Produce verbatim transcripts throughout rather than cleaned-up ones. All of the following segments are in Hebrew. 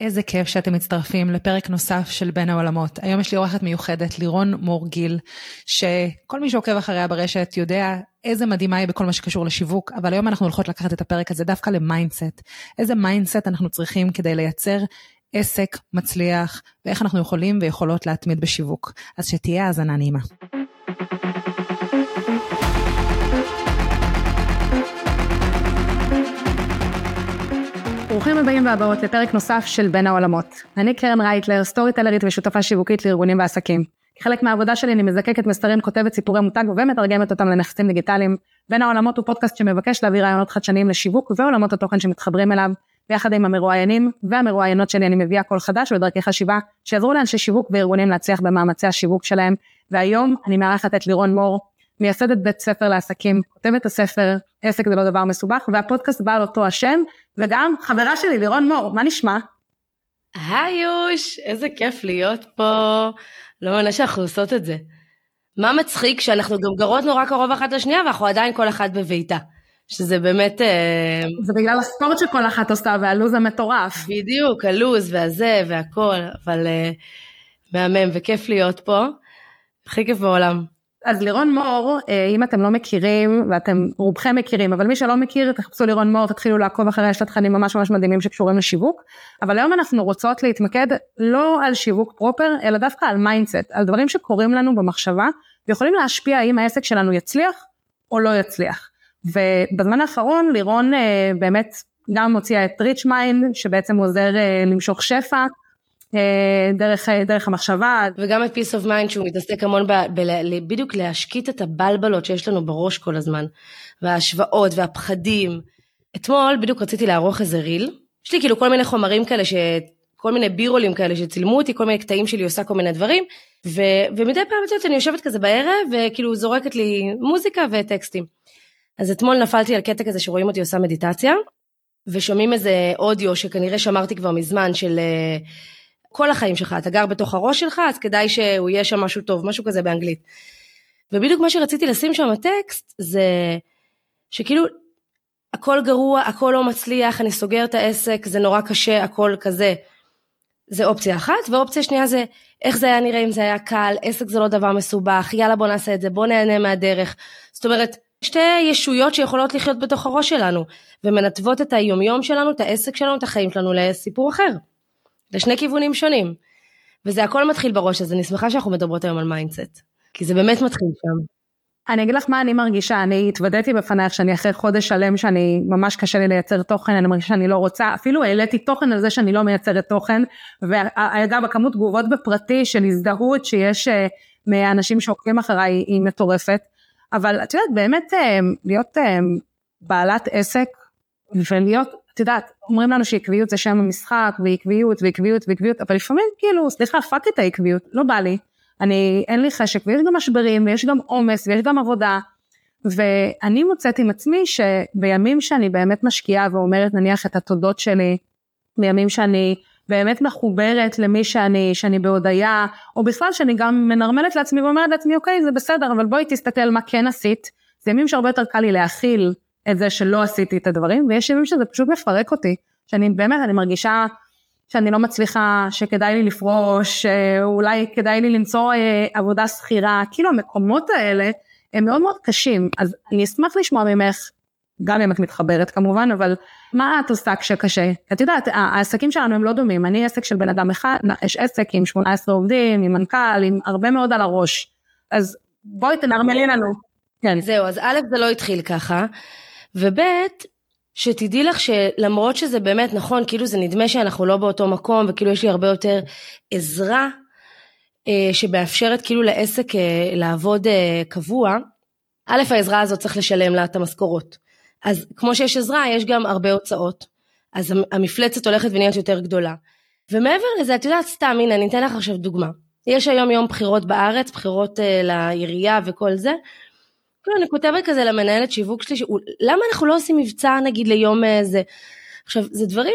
איזה כיף שאתם מצטרפים לפרק נוסף של בין העולמות. היום יש לי אורחת מיוחדת, לירון מור גיל, שכל מי שעוקב אחריה ברשת יודע איזה מדהימה היא בכל מה שקשור לשיווק, אבל היום אנחנו הולכות לקחת את הפרק הזה דווקא למיינדסט. איזה מיינדסט אנחנו צריכים כדי לייצר עסק מצליח, ואיך אנחנו יכולים ויכולות להתמיד בשיווק. אז שתהיה האזנה נעימה. ברוכים הבאים והבאות לפרק נוסף של בין העולמות. אני קרן רייטלר, סטורי טלרית ושותפה שיווקית לארגונים ועסקים. כחלק מהעבודה שלי אני מזקקת מסתרים, כותבת סיפורי מותג ומתרגמת אותם לנכסים דיגיטליים. בין העולמות הוא פודקאסט שמבקש להביא רעיונות חדשניים לשיווק ועולמות התוכן שמתחברים אליו. ביחד עם המרואיינים והמרואיינות שלי אני מביאה קול חדש ודרכי חשיבה שיעזרו לאנשי שיווק וארגונים להצליח במאמצי השיווק שלהם. והיום אני מארחת את לירון מור, מייסדת בית ספר לעסקים, כותבת הספר עסק זה לא דבר מסובך, והפודקאסט בא על אותו השם, וגם חברה שלי לירון מור, מה נשמע? היי יוש, איזה כיף להיות פה, לא מנה שאנחנו עושות את זה. מה מצחיק שאנחנו גם גרות נורא קרוב אחת לשנייה, ואנחנו עדיין כל אחת בביתה, שזה באמת... זה בגלל הספורט שכל אחת עושה, והלוז המטורף. בדיוק, הלוז והזה והכל, אבל מהמם וכיף להיות פה, הכי כיף בעולם. אז לירון מור, אם אתם לא מכירים, ואתם רובכם מכירים, אבל מי שלא מכיר, תחפשו לירון מור, תתחילו לעקוב אחרי, יש לה תכנים ממש ממש מדהימים שקשורים לשיווק, אבל היום אנחנו רוצות להתמקד לא על שיווק פרופר, אלא דווקא על מיינדסט, על דברים שקורים לנו במחשבה, ויכולים להשפיע האם העסק שלנו יצליח או לא יצליח. ובזמן האחרון, לירון באמת גם מוציאה את ריץ' מיינד, שבעצם עוזר למשוך שפע, דרך, דרך המחשבה. וגם את Peace of Mind שהוא מתעסק המון ב, ב, בדיוק להשקיט את הבלבלות שיש לנו בראש כל הזמן, וההשוואות והפחדים. אתמול בדיוק רציתי לערוך איזה ריל, יש לי כאילו כל מיני חומרים כאלה, ש, כל מיני בירולים כאלה שצילמו אותי, כל מיני קטעים שלי עושה כל מיני דברים, ו, ומדי פעם מצוות אני יושבת כזה בערב, וכאילו זורקת לי מוזיקה וטקסטים. אז אתמול נפלתי על קטע כזה שרואים אותי עושה מדיטציה, ושומעים איזה אודיו שכנראה שמרתי כבר מזמן של... כל החיים שלך, אתה גר בתוך הראש שלך, אז כדאי שהוא יהיה שם משהו טוב, משהו כזה באנגלית. ובדיוק מה שרציתי לשים שם הטקסט, זה שכאילו, הכל גרוע, הכל לא מצליח, אני סוגר את העסק, זה נורא קשה, הכל כזה. זה אופציה אחת, ואופציה שנייה זה, איך זה היה נראה אם זה היה קל, עסק זה לא דבר מסובך, יאללה בוא נעשה את זה, בוא נהנה מהדרך. זאת אומרת, שתי ישויות שיכולות לחיות בתוך הראש שלנו, ומנתבות את היומיום שלנו, את העסק שלנו, את החיים שלנו לסיפור אחר. לשני כיוונים שונים, וזה הכל מתחיל בראש, אז אני שמחה שאנחנו מדברות היום על מיינדסט, כי זה באמת מתחיל שם. אני אגיד לך מה אני מרגישה, אני התוודעתי בפנייך שאני אחרי חודש שלם, שאני ממש קשה לי לייצר תוכן, אני מרגישה שאני לא רוצה, אפילו העליתי תוכן על זה שאני לא מייצרת תוכן, ואגב, הכמות תגובות בפרטי של הזדהות שיש מאנשים שעוקבים אחריי היא מטורפת, אבל את יודעת, באמת להיות בעלת עסק, ולהיות את יודעת, אומרים לנו שעקביות זה שם המשחק, ועקביות, ועקביות, ועקביות, אבל לפעמים כאילו, סליחה, פאק את העקביות, לא בא לי, אני, אין לי חשק, ויש גם משברים, ויש גם עומס, ויש גם עבודה, ואני מוצאת עם עצמי, שבימים שאני באמת משקיעה, ואומרת נניח את התודות שלי, בימים שאני באמת מחוברת למי שאני, שאני בהודעה, או בכלל שאני גם מנרמלת לעצמי, ואומרת לעצמי, אוקיי, זה בסדר, אבל בואי תסתכל מה כן עשית, זה ימים שהרבה יותר קל לי להכיל, את זה שלא עשיתי את הדברים, ויש ימים שזה פשוט מפרק אותי, שאני באמת, אני מרגישה שאני לא מצליחה, שכדאי לי לפרוש, שאולי כדאי לי למצוא אה, עבודה שכירה, כאילו המקומות האלה, הם מאוד מאוד קשים, אז אני אשמח לשמוע ממך, גם אם את מתחברת כמובן, אבל מה את עושה כשקשה? את יודעת, העסקים שלנו הם לא דומים, אני עסק של בן אדם אחד, יש עסק עם שמונה עשרה עובדים, עם מנכ"ל, עם הרבה מאוד על הראש, אז בואי תנרמלי לנו. כן. זהו, אז א' זה לא התחיל ככה, ובית, שתדעי לך שלמרות שזה באמת נכון, כאילו זה נדמה שאנחנו לא באותו מקום, וכאילו יש לי הרבה יותר עזרה, אה, שמאפשרת כאילו לעסק אה, לעבוד אה, קבוע, א' העזרה הזאת צריך לשלם לה את המשכורות, אז כמו שיש עזרה, יש גם הרבה הוצאות, אז המפלצת הולכת ונהיית יותר גדולה, ומעבר לזה, את יודעת סתם, הנה אני אתן לך עכשיו דוגמה, יש היום יום בחירות בארץ, בחירות אה, לעירייה וכל זה, אני כותבת כזה למנהלת שיווק שלי, למה אנחנו לא עושים מבצע נגיד ליום זה? עכשיו, זה דברים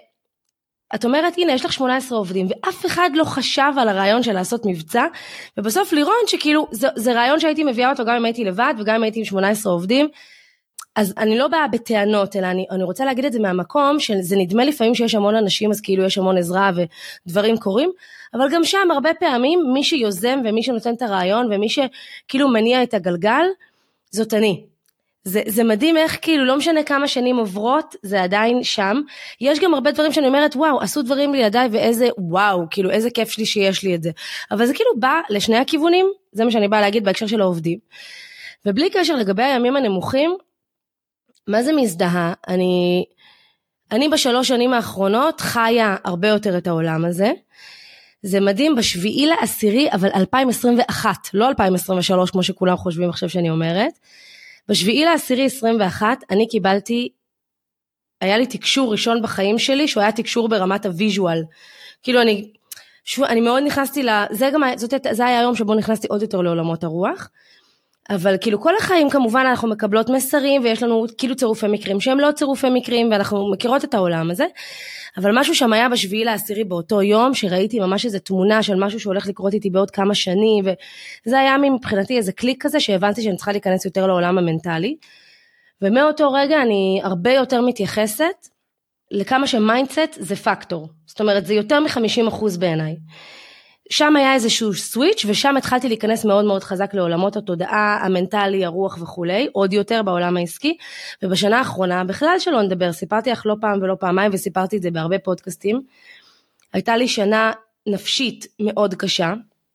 שאת אומרת, הנה, יש לך שמונה עשרה עובדים, ואף אחד לא חשב על הרעיון של לעשות מבצע, ובסוף לירון שכאילו, זה, זה רעיון שהייתי מביאה אותו גם אם הייתי לבד, וגם אם הייתי עם שמונה עשרה עובדים, אז אני לא באה בטענות, אלא אני, אני רוצה להגיד את זה מהמקום, שזה נדמה לפעמים שיש המון אנשים, אז כאילו יש המון עזרה ודברים קורים, אבל גם שם הרבה פעמים, מי שיוזם ומי שנותן את הרעיון, ומי שכאילו מניע את הגלגל, זאת אני. זה, זה מדהים איך כאילו, לא משנה כמה שנים עוברות, זה עדיין שם. יש גם הרבה דברים שאני אומרת, וואו, עשו דברים לידיי, ואיזה וואו, כאילו איזה כיף שלי שיש לי את זה. אבל זה כאילו בא לשני הכיוונים, זה מה שאני באה להגיד בהקשר של העובדים. ובלי קשר לגבי הימים הנמוכים, מה זה מזדהה? אני, אני בשלוש שנים האחרונות חיה הרבה יותר את העולם הזה. זה מדהים, בשביעי לעשירי, אבל אלפיים עשרים ואחת, לא אלפיים עשרים ושלוש, כמו שכולם חושבים עכשיו שאני אומרת. בשביעי לעשירי עשרים ואחת, אני קיבלתי, היה לי תקשור ראשון בחיים שלי, שהוא היה תקשור ברמת הוויז'ואל. כאילו אני, שו, אני מאוד נכנסתי ל... זה גם, זאת, זה היה היום שבו נכנסתי עוד יותר לעולמות הרוח. אבל כאילו כל החיים כמובן אנחנו מקבלות מסרים, ויש לנו כאילו צירופי מקרים, שהם לא צירופי מקרים, ואנחנו מכירות את העולם הזה. אבל משהו שם היה בשביעי לעשירי באותו יום, שראיתי ממש איזו תמונה של משהו שהולך לקרות איתי בעוד כמה שנים, וזה היה מבחינתי איזה קליק כזה, שהבנתי שאני צריכה להיכנס יותר לעולם המנטלי, ומאותו רגע אני הרבה יותר מתייחסת, לכמה שמיינדסט זה פקטור, זאת אומרת זה יותר מ-חמישים אחוז בעיניי, שם היה איזשהו סוויץ' ושם התחלתי להיכנס מאוד מאוד חזק לעולמות התודעה, המנטלי, הרוח וכולי, עוד יותר בעולם העסקי, ובשנה האחרונה, בכלל שלא נדבר, סיפרתי לך לא פעם ולא פעמיים, וסיפרתי את זה בהרבה פודקאסטים, הייתה לי שנה נפשית מאוד קשה,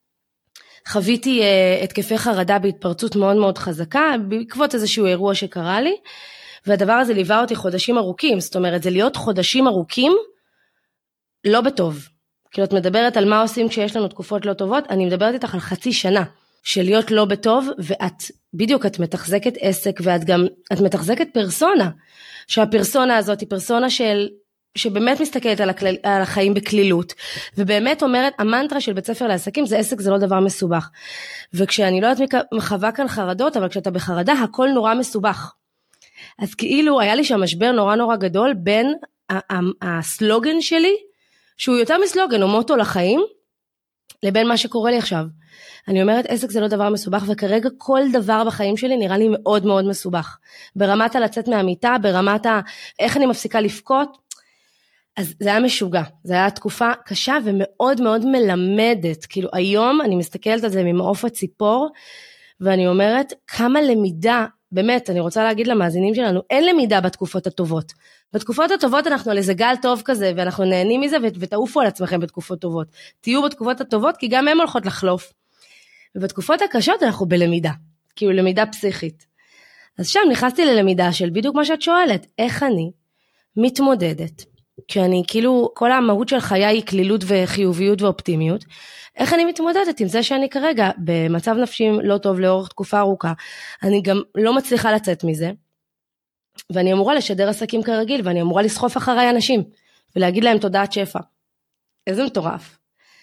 חוויתי uh, התקפי חרדה בהתפרצות מאוד מאוד חזקה, בעקבות איזשהו אירוע שקרה לי, והדבר הזה ליווה אותי חודשים ארוכים, זאת אומרת, זה להיות חודשים ארוכים, לא בטוב, כאילו את מדברת על מה עושים כשיש לנו תקופות לא טובות, אני מדברת איתך על חצי שנה של להיות לא בטוב, ואת בדיוק את מתחזקת עסק, ואת גם, את מתחזקת פרסונה, שהפרסונה הזאת היא פרסונה של, שבאמת מסתכלת על, הכלל, על החיים בכלילות, ובאמת אומרת, המנטרה של בית ספר לעסקים, זה עסק, זה לא דבר מסובך, וכשאני לא יודעת מחווה כאן חרדות, אבל כשאתה בחרדה, הכל נורא מסובך, אז כאילו היה לי שם משבר נורא נורא גדול, בין הסלוגן שלי, שהוא יותר מסלוגן, או מוטו לחיים, לבין מה שקורה לי עכשיו. אני אומרת, עסק זה לא דבר מסובך, וכרגע כל דבר בחיים שלי נראה לי מאוד מאוד מסובך. ברמת הלצאת מהמיטה, ברמת ה... איך אני מפסיקה לפקות. אז זה היה משוגע. זה היה תקופה קשה ומאוד מאוד מלמדת. כאילו היום אני מסתכלת על זה ממעוף הציפור, ואני אומרת, כמה למידה, באמת, אני רוצה להגיד למאזינים שלנו, אין למידה בתקופות הטובות. בתקופות הטובות אנחנו על איזה גל טוב כזה, ואנחנו נהנים מזה, ותעופו על עצמכם בתקופות טובות. תהיו בתקופות הטובות, כי גם הם הולכות לחלוף. ובתקופות הקשות אנחנו בלמידה, כאילו למידה פסיכית. אז שם נכנסתי ללמידה של בדיוק מה שאת שואלת, איך אני מתמודדת, כשאני כאילו, כל המהות של חיי היא כלילות וחיוביות ואופטימיות, איך אני מתמודדת עם זה שאני כרגע במצב נפשי לא טוב לאורך תקופה ארוכה, אני גם לא מצליחה לצאת מזה, ואני אמורה לשדר עסקים כרגיל, ואני אמורה לסחוף אחריי אנשים, ולהגיד להם תודעת שפע. איזה מטורף.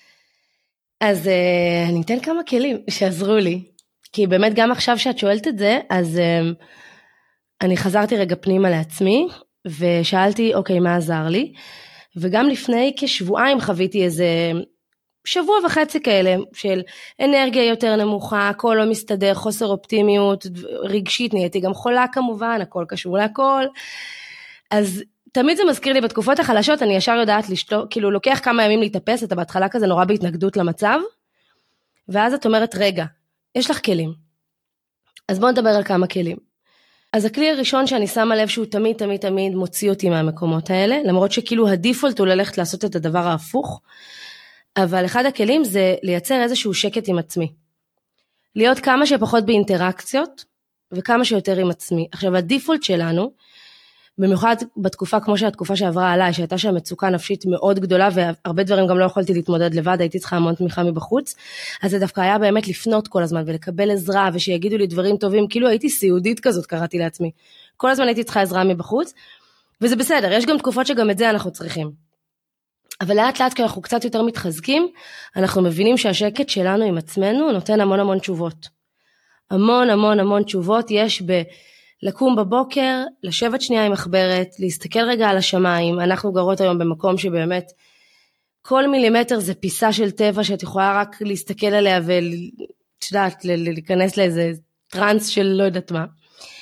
אז uh, אני אתן כמה כלים שעזרו לי, כי באמת גם עכשיו שאת שואלת את זה, אז uh, אני חזרתי רגע פנימה לעצמי, ושאלתי, אוקיי, מה עזר לי? וגם לפני כשבועיים חוויתי איזה שבוע וחצי כאלה, של אנרגיה יותר נמוכה, הכל לא מסתדר, חוסר אופטימיות, רגשית, נהייתי גם חולה כמובן, הכל קשור להכל. אז תמיד זה מזכיר לי, בתקופות החלשות, אני ישר יודעת לשתוק, כאילו לוקח כמה ימים להתאפס, אתה בהתחלה כזה נורא בהתנגדות למצב, ואז את אומרת, רגע, יש לך כלים. אז בואו נדבר על כמה כלים. אז הכלי הראשון שאני שמה לב שהוא תמיד תמיד תמיד מוציא אותי מהמקומות האלה, למרות שכאילו הדיפולט הוא ללכת לעשות את הדבר ההפוך, אבל אחד הכלים זה לייצר איזשהו שקט עם עצמי. להיות כמה שפחות באינטראקציות, וכמה שיותר עם עצמי. עכשיו הדיפולט שלנו, במיוחד בתקופה כמו שהתקופה שעברה עליי, שהייתה שם מצוקה נפשית מאוד גדולה, והרבה דברים גם לא יכולתי להתמודד לבד, הייתי צריכה המון תמיכה מבחוץ, אז זה דווקא היה באמת לפנות כל הזמן, ולקבל עזרה, ושיגידו לי דברים טובים, כאילו הייתי סיעודית כזאת, קראתי לעצמי. כל הזמן הייתי צריכה עזרה מבחוץ, וזה בסדר, יש גם תקופות שגם את זה אנחנו צריכים. אבל לאט לאט כשאנחנו קצת יותר מתחזקים, אנחנו מבינים שהשקט שלנו עם עצמנו, נותן המון המון תשובות. המון המון המון תשובות יש ב... לקום בבוקר, לשבת שנייה עם מחברת, להסתכל רגע על השמיים, אנחנו גרות היום במקום שבאמת, כל מילימטר זה פיסה של טבע, שאת יכולה רק להסתכל עליה, ולהיכנס לאיזה טרנס של לא יודעת מה.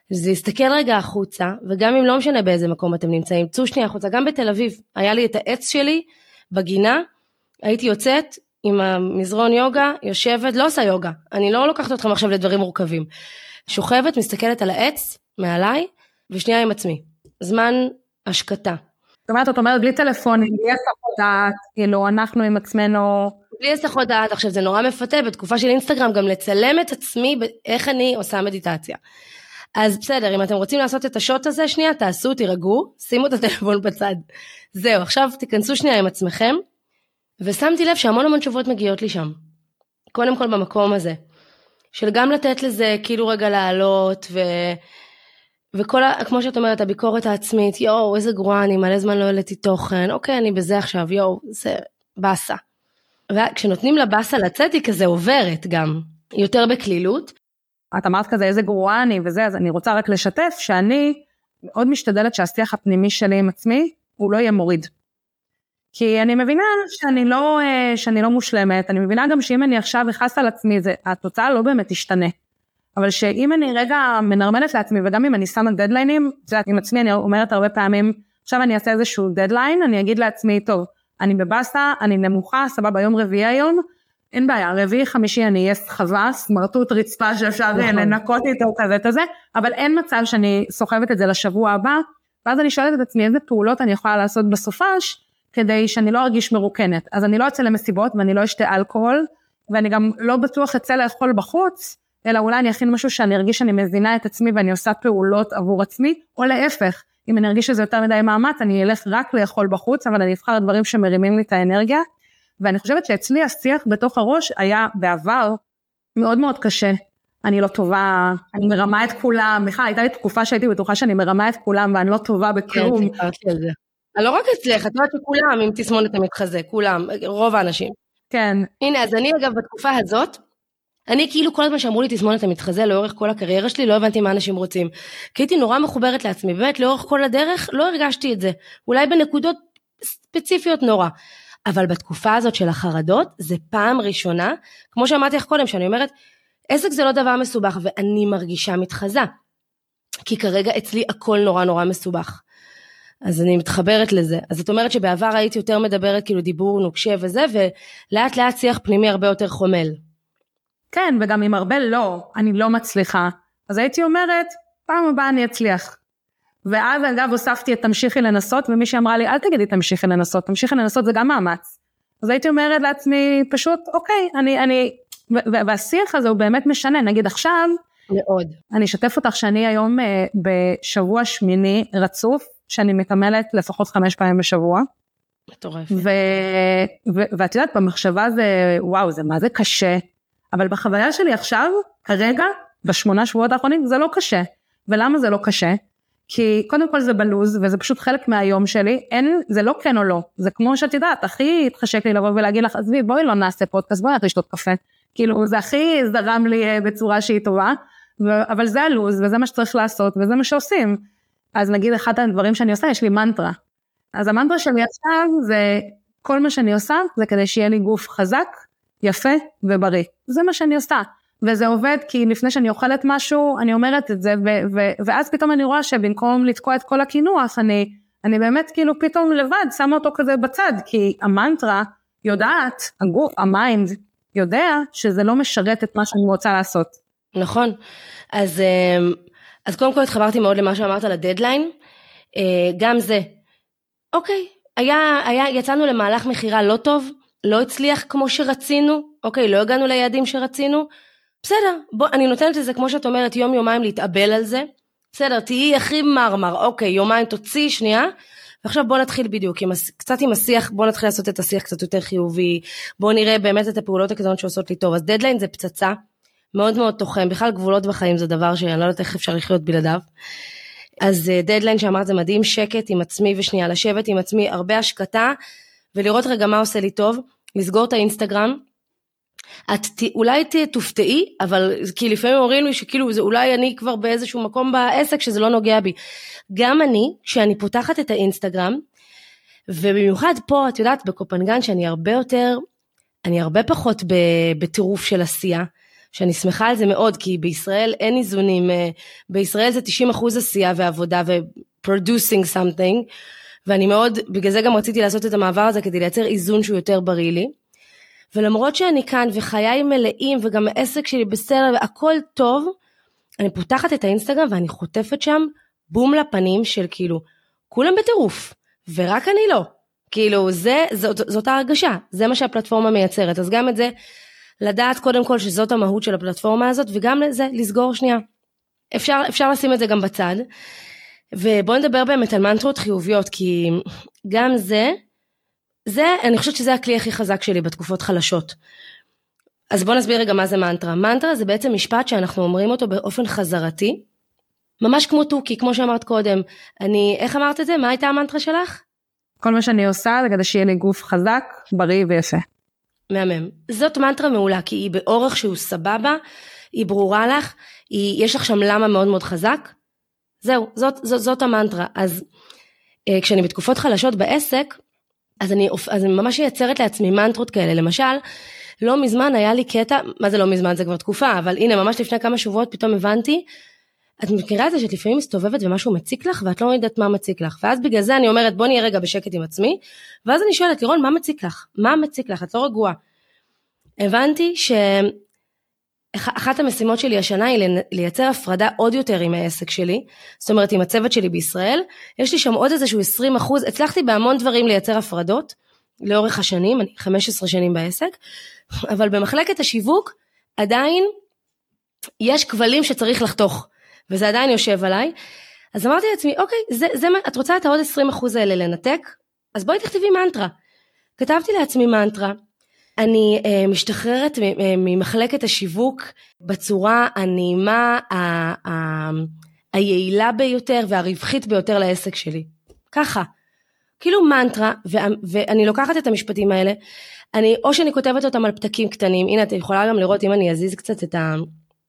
זה להסתכל רגע החוצה, וגם אם לא משנה באיזה מקום אתם נמצאים, צאו שנייה החוצה, גם בתל אביב, היה לי את העץ שלי בגינה, הייתי יוצאת עם המזרון יוגה, יושבת, לא עושה יוגה, אני לא לוקחת אתכם עכשיו לדברים מורכבים, שוכבת, מסתכלת על העץ, מעליי, ושנייה עם עצמי, זמן השקטה. זאת אומרת, את אומרת, בלי טלפונים, בלי הסחות דעת, כאילו, אנחנו עם עצמנו... בלי הסחות דעת, עכשיו זה נורא מפתה, בתקופה של אינסטגרם, גם לצלם את עצמי, איך אני עושה מדיטציה. אז בסדר, אם אתם רוצים לעשות את השוט הזה, שנייה, תעשו, תירגעו, שימו את הטלפון בצד. זהו, עכשיו תיכנסו שנייה עם עצמכם, ושמתי לב שהמון המון תשובות מגיעות לי שם. קודם כל במקום הזה, של גם לתת לזה כאילו רגע לעלות, ו... וכל, ה... כמו שאת אומרת, הביקורת העצמית, יואו, איזה גרוע, אני מלא זמן לא העליתי תוכן, אוקיי, אני בזה עכשיו, יואו, זה בסה. וכשנותנים לבסה לצאת, היא כזה עוברת גם, יותר בכלילות. את אמרת כזה, איזה גרוע אני וזה, אז אני רוצה רק לשתף, שאני מאוד משתדלת שהשיח הפנימי שלי עם עצמי, הוא לא יהיה מוריד. כי אני מבינה שאני לא, שאני לא מושלמת, אני מבינה גם שאם אני עכשיו אכעס על עצמי, זה, התוצאה לא באמת תשתנה. אבל שאם אני רגע מנרמלת לעצמי, וגם אם אני שמה דדליינים, זה עם עצמי אני אומרת הרבה פעמים, עכשיו אני אעשה איזשהו דדליין, אני אגיד לעצמי, טוב, אני בבאסה, אני נמוכה, סבבה, ביום רביעי היום, אין בעיה, רביעי חמישי אני אהיה סחבה, סמרטוט רצפה שאפשר לנקות איתו כזה כזה, אבל אין מצב שאני סוחבת את זה לשבוע הבא, ואז אני שואלת את עצמי איזה פעולות אני יכולה לעשות בסופש, כדי שאני לא ארגיש מרוקנת. אז אני לא אצא למסיבות ואני לא אשתה אלכוהול, ואני גם לא בטוח אצא לאכול בחוץ, אלא אולי אני אכין משהו שאני ארגיש שאני מזינה את עצמי ואני עושה פעולות עבור עצמי, או להפך, אם אני ארגיש שזה יותר מדי מאמץ, אני אלך רק לאכול בחוץ, אבל אני אבחר דברים שמרימים לי את האנרגיה, ואני חושבת שאצלי השיח בתוך הראש היה בעבר מאוד מאוד קשה. אני לא טובה, אני מרמה את כולם, בכלל הייתה לי תקופה שהייתי בטוחה שאני מרמה את כולם, ואני לא טובה בכלום. כן, סיפרתי על זה. אני לא רק אצלך, את יודעת שכולם עם תסמונת המתחזה, כולם, רוב האנשים. כן. הנה, אז אני אגב בתקופה הזאת, אני כאילו כל הזמן שאמרו לי תסמונת המתחזה, לאורך כל הקריירה שלי, לא הבנתי מה אנשים רוצים. כי הייתי נורא מחוברת לעצמי, באמת לאורך כל הדרך לא הרגשתי את זה. אולי בנקודות ספציפיות נורא. אבל בתקופה הזאת של החרדות, זה פעם ראשונה, כמו שאמרתי לך קודם, שאני אומרת, עסק זה לא דבר מסובך, ואני מרגישה מתחזה. כי כרגע אצלי הכל נורא נורא מסובך. אז אני מתחברת לזה. אז זאת אומרת שבעבר הייתי יותר מדברת, כאילו דיבור נוקשה וזה, ולאט לאט שיח פנימי הרבה יותר חומל. כן, וגם עם הרבה לא, אני לא מצליחה. אז הייתי אומרת, פעם הבאה אני אצליח. ואז אגב הוספתי את תמשיכי לנסות, ומי שאמרה לי, אל תגידי תמשיכי לנסות, תמשיכי לנסות זה גם מאמץ. אז הייתי אומרת לעצמי, פשוט, אוקיי, אני, אני, והשיח הזה הוא באמת משנה, נגיד עכשיו, מאוד. אני אשתף אותך שאני היום בשבוע שמיני רצוף, שאני מתעמלת לפחות חמש פעמים בשבוע. מטורף. ואת יודעת, במחשבה זה, וואו, זה מה זה קשה, אבל בחוויה שלי עכשיו, כרגע, בשמונה שבועות האחרונים, זה לא קשה. ולמה זה לא קשה? כי קודם כל זה בלוז, וזה פשוט חלק מהיום שלי, אין, זה לא כן או לא, זה כמו שאת יודעת, הכי התחשק לי לבוא ולהגיד לך, עזבי, בואי לא נעשה פודקאסט, בואי נתחיל לשתות קפה, כאילו זה הכי זרם לי בצורה שהיא טובה, ו- אבל זה הלוז, וזה מה שצריך לעשות, וזה מה שעושים, אז נגיד אחד הדברים שאני עושה, יש לי מנטרה, אז המנטרה שלי עכשיו, זה כל מה שאני עושה, זה כדי שיהיה לי גוף חזק, יפה ובריא, זה מה שאני עושה, וזה עובד כי לפני שאני אוכלת משהו, אני אומרת את זה, ו- ו- ואז פתאום אני רואה שבמקום לתקוע את כל הכינוח, אני, אני באמת כאילו פתאום לבד, שמה אותו כזה בצד, כי המנטרה יודעת, הגוף, המיינד, יודע שזה לא משרת את מה שאני רוצה לעשות. נכון, אז, אז קודם כל התחברתי מאוד למה שאמרת על הדדליין, גם זה, אוקיי, היה, היה, יצאנו למהלך מחירה לא טוב, לא הצליח כמו שרצינו, אוקיי, לא הגענו ליעדים שרצינו, בסדר, בוא, אני נותנת את זה כמו שאת אומרת, יום יומיים להתאבל על זה, בסדר, תהיי הכי מרמר, אוקיי, יומיים תוציא, שנייה, ועכשיו בוא נתחיל בדיוק, עם, קצת עם השיח, בוא נתחיל לעשות את השיח קצת יותר חיובי, בוא נראה באמת את הפעולות הקטנות שעושות לי טוב, אז דדליין זה פצצה, מאוד מאוד תוחם, בכלל גבולות בחיים זה דבר שאני לא יודעת איך אפשר לחיות בלעדיו, אז דדליין שאמרת זה מדהים, שקט עם עצמי ושנייה, לשבת עם עצמי, הרבה השקטה, ולראות רגע מה עושה לי טוב, לסגור את האינסטגרם, את אולי תופתעי, אבל כי לפעמים אומרים לי שכאילו זה אולי אני כבר באיזשהו מקום בעסק שזה לא נוגע בי. גם אני, כשאני פותחת את האינסטגרם, ובמיוחד פה, את יודעת, בקופנגן, שאני הרבה יותר, אני הרבה פחות בטירוף של עשייה, שאני שמחה על זה מאוד, כי בישראל אין איזונים, בישראל זה תשעים אחוז עשייה ועבודה ו-producing something, ואני מאוד, בגלל זה גם רציתי לעשות את המעבר הזה, כדי לייצר איזון שהוא יותר בריא לי, ולמרות שאני כאן, וחיי מלאים, וגם העסק שלי בסדר, והכל טוב, אני פותחת את האינסטגרם, ואני חוטפת שם בום לפנים של כאילו, כולם בטירוף, ורק אני לא. כאילו, זה, זאת, זאת ההרגשה, זה מה שהפלטפורמה מייצרת, אז גם את זה, לדעת קודם כל שזאת המהות של הפלטפורמה הזאת, וגם לזה, לסגור שנייה. אפשר, אפשר לשים את זה גם בצד, ובואו נדבר באמת על מנטרות חיוביות, כי גם זה, זה, אני חושבת שזה הכלי הכי חזק שלי בתקופות חלשות. אז בואו נסביר רגע מה זה מנטרה. מנטרה זה בעצם משפט שאנחנו אומרים אותו באופן חזרתי, ממש כמו תוכי, כמו שאמרת קודם. אני, איך אמרת את זה? מה הייתה המנטרה שלך? כל מה שאני עושה זה כדי שיהיה לי גוף חזק, בריא ויפה. מהמם. זאת מנטרה מעולה, כי היא באורך שהוא סבבה, היא ברורה לך, היא, יש לך שם למה מאוד מאוד חזק. זהו, זאת, זאת, זאת המנטרה. אז אה, כשאני בתקופות חלשות בעסק, אז אני, אז אני ממש יצרת לעצמי מנטרות כאלה. למשל, לא מזמן היה לי קטע, מה זה לא מזמן, זה כבר תקופה, אבל הנה, ממש לפני כמה שבועות פתאום הבנתי, את מכירה את זה שאת לפעמים מסתובבת ומשהו מציק לך, ואת לא יודעת מה מציק לך. ואז בגלל זה אני אומרת, בוא נהיה רגע בשקט עם עצמי, ואז אני שואלת, לירון, מה מציק לך? מה מציק לך? את לא רגועה. הבנתי שאחת המשימות שלי השנה היא לייצר הפרדה עוד יותר עם העסק שלי, זאת אומרת, עם הצוות שלי בישראל, יש לי שם עוד איזשהו עשרים אחוז, הצלחתי בהמון דברים לייצר הפרדות, לאורך השנים, אני חמש עשרה שנים בעסק, אבל במחלקת השיווק, עדיין יש כבלים שצריך לחתוך, וזה עדיין יושב עליי, אז אמרתי לעצמי, אוקיי, זה, זה, את רוצה את העוד עשרים אחוז האלה לנתק? אז בואי תכתבי מנטרה. כתבתי לעצמי מנטרה, אני אה, משתחררת ממחלקת השיווק, בצורה הנעימה, ה, ה, היעילה ביותר, והרווחית ביותר לעסק שלי. ככה. כאילו מנטרה, ו, ואני לוקחת את המשפטים האלה, אני, או שאני כותבת אותם על פתקים קטנים, הנה, את יכולה גם לראות, אם אני אזיז קצת את ה...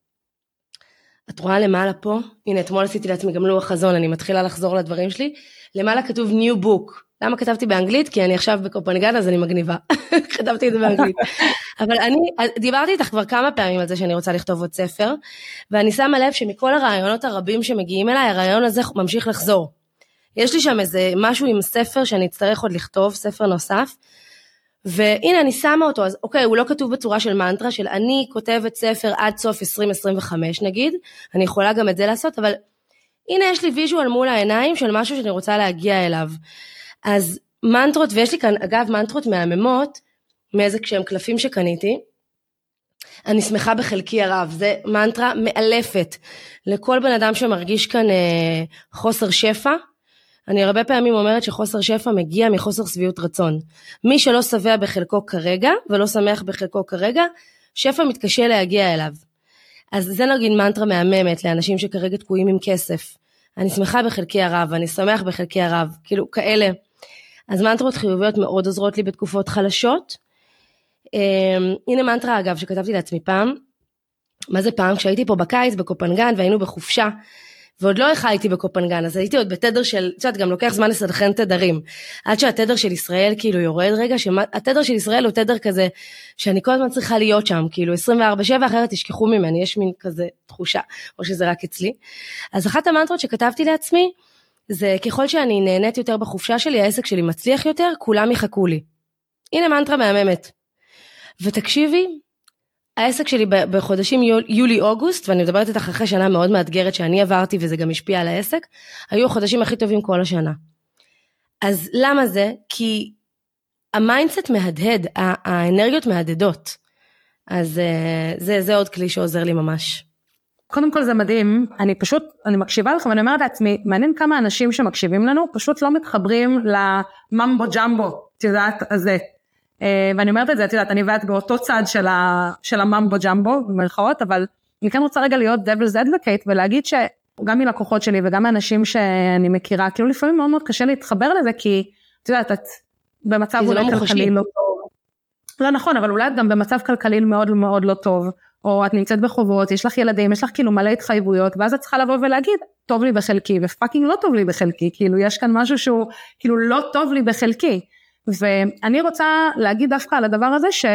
את רואה למעלה פה, הנה אתמול עשיתי לעצמי גם לוח חזון, אני מתחילה לחזור לדברים שלי, למעלה כתוב new book, למה כתבתי באנגלית? כי אני עכשיו בקופנגן, אז אני מגניבה, כתבתי את זה באנגלית, אבל אני דיברתי איתך כבר כמה פעמים על זה שאני רוצה לכתוב עוד ספר, ואני שמה לב שמכל הרעיונות הרבים שמגיעים אליי, הרעיון הזה ממשיך לחזור, יש לי שם איזה משהו עם ספר שאני אצטרך עוד לכתוב, ספר נוסף, והנה אני שמה אותו, אז אוקיי, הוא לא כתוב בצורה של מנטרה, של אני כותבת ספר עד סוף עשרים עשרים וחמש נגיד, אני יכולה גם את זה לעשות, אבל הנה יש לי ויז'ואל מול העיניים של משהו שאני רוצה להגיע אליו. אז מנטרות, ויש לי כאן אגב מנטרות מהממות, מאיזה כשהם קלפים שקניתי, אני שמחה בחלקי הרב, זה מנטרה מאלפת, לכל בן אדם שמרגיש כאן אה, חוסר שפע, אני הרבה פעמים אומרת שחוסר שפע מגיע מחוסר שביעות רצון. מי שלא שבע בחלקו כרגע, ולא שמח בחלקו כרגע, שפע מתקשה להגיע אליו. אז זה נגיד מנטרה מהממת לאנשים שכרגע תקועים עם כסף. אני שמחה בחלקי הרב, אני שמח בחלקי הרב, כאילו כאלה. אז מנטרות חיוביות מאוד עוזרות לי בתקופות חלשות. הנה מנטרה אגב שכתבתי לעצמי פעם, מה זה פעם? כשהייתי פה בקיץ בקופנגן והיינו בחופשה, ועוד לא החייתי בקופנגן, אז הייתי עוד בתדר של, את יודעת, גם לוקח זמן לסדכן תדרים, עד שהתדר של ישראל כאילו יורד רגע, שהתדר של ישראל הוא תדר כזה, שאני כל הזמן צריכה להיות שם, כאילו עשרים וארבע שבע, אחרת תשכחו ממני, יש מין כזה תחושה, או שזה רק אצלי. אז אחת המנטרות שכתבתי לעצמי, זה ככל שאני נהנית יותר בחופשה שלי, העסק שלי מצליח יותר, כולם יחכו לי. הנה מנטרה מהממת. ותקשיבי, העסק שלי בחודשים יולי-אוגוסט, ואני מדברת איתך אחרי שנה מאוד מאתגרת שאני עברתי, וזה גם השפיע על העסק, היו החודשים הכי טובים כל השנה. אז למה זה? כי המיינדסט מהדהד, האנרגיות מהדהדות. אז זה, זה עוד כלי שעוזר לי ממש. קודם כל זה מדהים, אני פשוט, אני מקשיבה לך ואני אומרת לעצמי, מעניין כמה אנשים שמקשיבים לנו, פשוט לא מתחברים לממבו ג'מבו, את יודעת, הזה. ואני אומרת את זה, את יודעת, אני ואת באותו צד של, ה, של הממבו ג'מבו, במרכאות, אבל אני כן רוצה רגע להיות devil's advocate, ולהגיד שגם מלקוחות שלי, וגם מאנשים שאני מכירה, כאילו לפעמים מאוד מאוד קשה להתחבר לזה, כי את יודעת, את במצב אולי לא כלכלי לא טוב. לא נכון, אבל אולי את גם במצב כלכלי מאוד מאוד לא טוב, או את נמצאת בחובות, יש לך ילדים, יש לך כאילו מלא התחייבויות, ואז את צריכה לבוא ולהגיד, טוב לי בחלקי, ופאקינג לא טוב לי בחלקי, כאילו יש כאן משהו שהוא כאילו לא טוב לי בחלקי, ואני רוצה להגיד דווקא על הדבר הזה,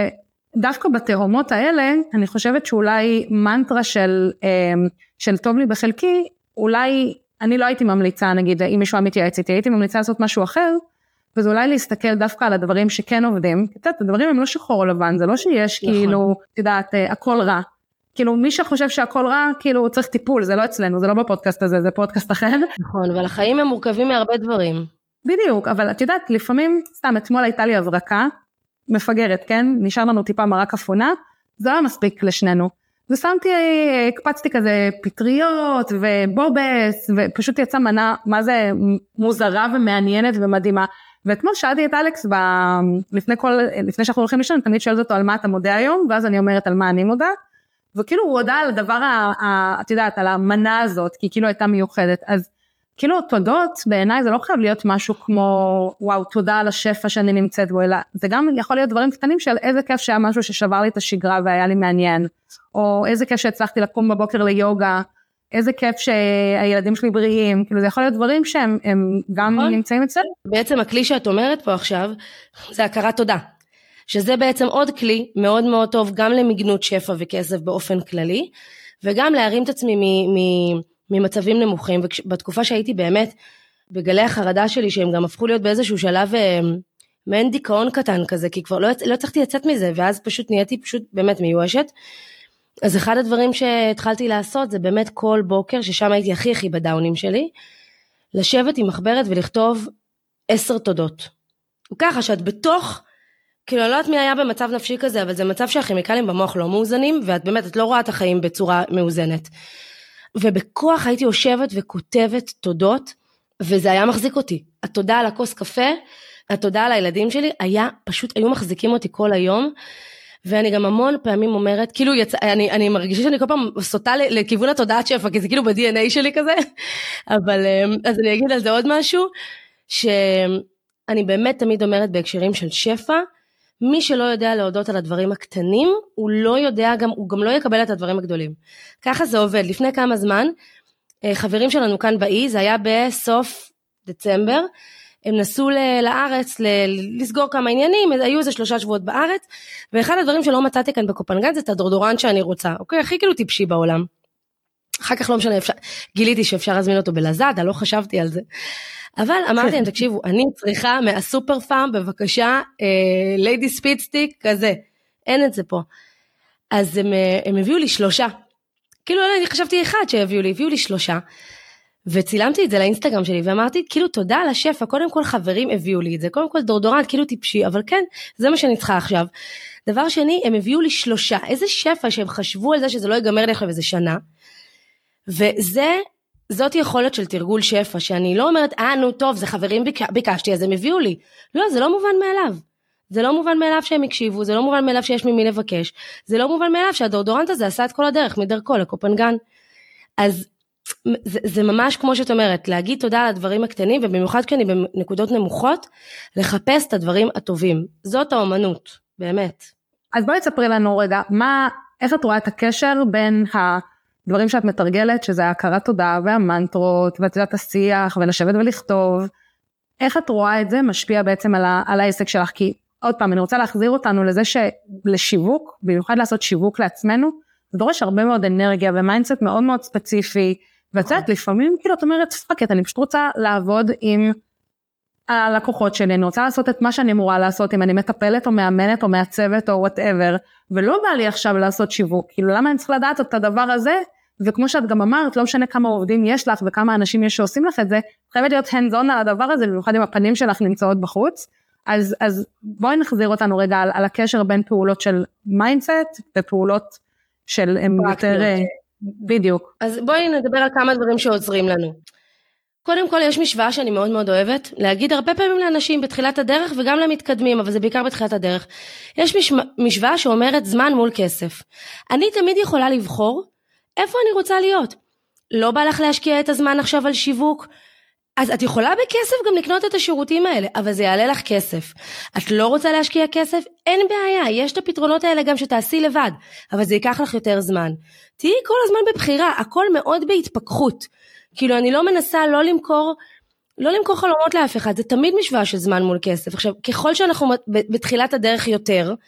דווקא בתהומות האלה, אני חושבת שאולי מנטרה של, של טוב לי בחלקי, אולי אני לא הייתי ממליצה, נגיד, אם מישהו מתייעץ איתי, הייתי ממליצה לעשות משהו אחר, וזה אולי להסתכל דווקא על הדברים שכן עובדים, כי תדעת, הדברים הם לא שחור או לבן, זה לא שיש נכון. כאילו, תדעת, הכל רע. כאילו מי שחושב שהכל רע, כאילו הוא צריך טיפול, זה לא אצלנו, זה לא בפודקאסט הזה, זה פודקאסט אחר. נכון, אבל החיים הם מורכבים מהרבה דברים. בדיוק, אבל את יודעת, לפעמים, סתם, אתמול הייתה לי הברקה, מפגרת, כן? נשאר לנו טיפה מרק אפונה, זה לא מספיק לשנינו. ושמתי, הקפצתי כזה פטריות ובובס, ופשוט יצא מנה, מה זה מוזרה ומעניינת ומדהימה. ואתמול שאלתי את אלכס, ב... לפני, כל... לפני שאנחנו הולכים לישון, תמיד שואלת אותו על מה אתה מודה היום, ואז אני אומרת על מה אני מודה, וכאילו הוא הודע על הדבר, ה... ה... את יודעת, על המנה הזאת, כי כאילו הייתה מיוחדת, אז כאילו תודות בעיניי זה לא חייב להיות משהו כמו, וואו, תודה על השפע שאני נמצאת בו, אלא זה גם יכול להיות דברים קטנים של איזה כיף שהיה משהו ששבר לי את השגרה והיה לי מעניין, או איזה כיף שהצלחתי לקום בבוקר ליוגה, איזה כיף שהילדים שלי בריאים, כאילו זה יכול להיות דברים שהם גם נמצאים אצל. בעצם הכלי שאת אומרת פה עכשיו, זה הכרת תודה, שזה בעצם עוד כלי מאוד מאוד טוב, גם למגנות שפע וכסף באופן כללי, וגם להרים את עצמי מ... מ... ממצבים נמוכים, ובתקופה שהייתי באמת בגלי החרדה שלי, שהם גם הפכו להיות באיזשהו שלב מעין דיכאון קטן כזה, כי כבר לא, לא צריכתי לצאת מזה, ואז פשוט נהייתי פשוט באמת מיואשת. אז אחד הדברים שהתחלתי לעשות, זה באמת כל בוקר, ששם הייתי הכי הכי בדאונים שלי, לשבת עם מחברת ולכתוב עשר תודות. וככה שאת בתוך, כאילו אני לא יודעת מי היה במצב נפשי כזה, אבל זה מצב שהכימיקלים במוח לא מאוזנים, ואת באמת, את לא רואה את החיים בצורה מאוזנת. ובכוח הייתי יושבת וכותבת תודות, וזה היה מחזיק אותי. התודה על הכוס קפה, התודה על הילדים שלי, היה, פשוט היו מחזיקים אותי כל היום, ואני גם המון פעמים אומרת, כאילו יצא, אני, אני מרגישה שאני כל פעם סוטה לכיוון התודעת שפע, כי זה כאילו ב-די אן איי שלי כזה, אבל אז אני אגיד על זה עוד משהו, שאני באמת תמיד אומרת בהקשרים של שפע, מי שלא יודע להודות על הדברים הקטנים, הוא לא יודע גם, הוא גם לא יקבל את הדברים הגדולים. ככה זה עובד. לפני כמה זמן, חברים שלנו כאן באי, זה היה בסוף דצמבר, הם נסעו לארץ, לסגור כמה עניינים, היו איזה שלושה שבועות בארץ, ואחד הדברים שלא מצאתי כאן בקופנגן, זה את הדורדורנט שאני רוצה, אוקיי? הכי כאילו טיפשי בעולם. אחר כך לא משנה, אפשר, גיליתי שאפשר להזמין אותו בלזאדה, לא חשבתי על זה. אבל אמרתי להם, תקשיבו, אני צריכה מהסופר פארם, בבקשה, ליידי ספיד סטיק, כזה. אין את זה פה. אז הם, הם הביאו לי שלושה. כאילו, אני חשבתי אחד שהביאו לי, הביאו לי שלושה. וצילמתי את זה לאינסטגרם שלי, ואמרתי, כאילו, תודה על השפע, קודם כל חברים הביאו לי את זה, קודם כל דורדורנט, כאילו טיפשי, אבל כן, זה מה שאני צריכה עכשיו. דבר שני, הם הביאו לי שלושה. איזה שפע שהם חשבו על זה, שזה לא ייגמר לי אחרי איזה שנה. וזה... זאת יכולת של תרגול שפע, שאני לא אומרת, אה, נו, טוב, זה חברים ביקשתי, אז הם הביאו לי. לא, זה לא מובן מאליו. זה לא מובן מאליו שהם הקשיבו, זה לא מובן מאליו שיש ממי לבקש, זה לא מובן מאליו שהדורדורנט הזה עשה את כל הדרך, מדרכו לקופנגן. אז זה, זה ממש כמו שאת אומרת, להגיד תודה על הדברים הקטנים, ובמיוחד כשאני בנקודות נמוכות, לחפש את הדברים הטובים. זאת האומנות, באמת. אז בואי תספרי לנו רגע, מה, איך את רואה את הקשר בין ה... דברים שאת מתרגלת, שזה ההכרת תודה והמנטרות, ואת יודעת השיח, ולשבת ולכתוב, איך את רואה את זה משפיע בעצם על, ה, על העסק שלך? כי עוד פעם, אני רוצה להחזיר אותנו לזה שלשיווק, במיוחד לעשות שיווק לעצמנו, זה דורש הרבה מאוד אנרגיה, ומיינדסט מאוד מאוד ספציפי, ואת יודעת, לפעמים כאילו את אומרת, פאקט, אני פשוט רוצה לעבוד עם הלקוחות שלי, אני רוצה לעשות את מה שאני אמורה לעשות, אם אני מטפלת או מאמנת או מעצבת או whatever, ולא בא לי עכשיו לעשות שיווק, כאילו למה אני צריך לדעת את הדבר הזה, וכמו שאת גם אמרת, לא משנה כמה עובדים יש לך, וכמה אנשים יש שעושים לך את זה, חייבת להיות hands on על הדבר הזה, במיוחד אם הפנים שלך נמצאות בחוץ, אז, אז בואי נחזיר אותנו רגע על, על הקשר בין פעולות של מיינדסט, ופעולות של הם יותר, בדיוק. אז בואי נדבר על כמה דברים שעוזרים לנו. קודם כל יש משוואה שאני מאוד מאוד אוהבת, להגיד הרבה פעמים לאנשים בתחילת הדרך, וגם למתקדמים, אבל זה בעיקר בתחילת הדרך. יש משוואה שאומרת זמן מול כסף. אני תמיד יכולה לבחור, איפה אני רוצה להיות? לא בא לך להשקיע את הזמן עכשיו על שיווק? אז את יכולה בכסף גם לקנות את השירותים האלה, אבל זה יעלה לך כסף. את לא רוצה להשקיע כסף? אין בעיה, יש את הפתרונות האלה גם שתעשי לבד, אבל זה ייקח לך יותר זמן. תהיי כל הזמן בבחירה, הכל מאוד בהתפכחות. כאילו אני לא מנסה לא למכור, לא למכור חלומות לאף אחד, זה תמיד משוואה של זמן מול כסף. עכשיו, ככל שאנחנו בתחילת הדרך יותר,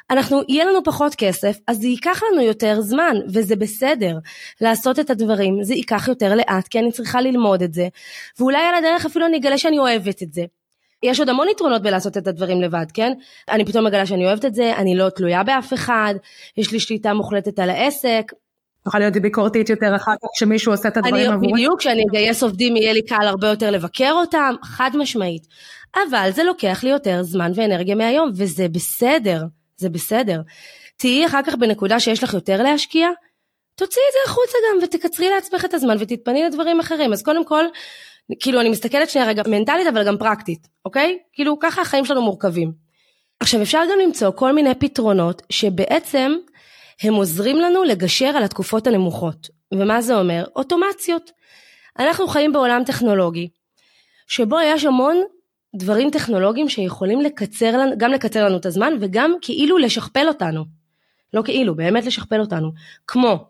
אנחנו, יהיה לנו פחות כסף, אז זה ייקח לנו יותר זמן, וזה בסדר, לעשות את הדברים, זה ייקח יותר לאט, כי אני צריכה ללמוד את זה, ואולי על הדרך אפילו אני אגלה שאני אוהבת את זה. יש עוד המון יתרונות בלעשות את הדברים לבד, כן? אני פתאום מגלה שאני אוהבת את זה, אני לא תלויה באף אחד, יש לי שליטה מוחלטת על העסק. יכול להיות ביקורתית יותר אחר כך שמישהו עושה את הדברים עבורי. בדיוק, כשאני אגייס עובדים יהיה לי קל הרבה יותר לבקר אותם, חד משמעית. אבל זה לוקח לי יותר זמן ואנרגיה מהיום, וזה בסדר, זה בסדר. תהיי אחר כך בנקודה שיש לך יותר להשקיע, תוציאי את זה החוצה גם, ותקצרי לעצמך את הזמן, ותתפני לדברים אחרים. אז קודם כל, כאילו אני מסתכלת שנייה רגע מנטלית, אבל גם פרקטית, אוקיי? כאילו ככה החיים שלנו מורכבים. עכשיו אפשר גם למצוא כל מיני פתרונות, שבעצם הם עוזרים לנו לגשר על התקופות הנמוכות. ומה זה אומר? אוטומציות. אנחנו חיים בעולם טכנולוגי, שבו יש המון דברים טכנולוגיים שיכולים לקצר לנו, גם לקצר לנו את הזמן, וגם כאילו לשכפל אותנו. לא כאילו, באמת לשכפל אותנו. כמו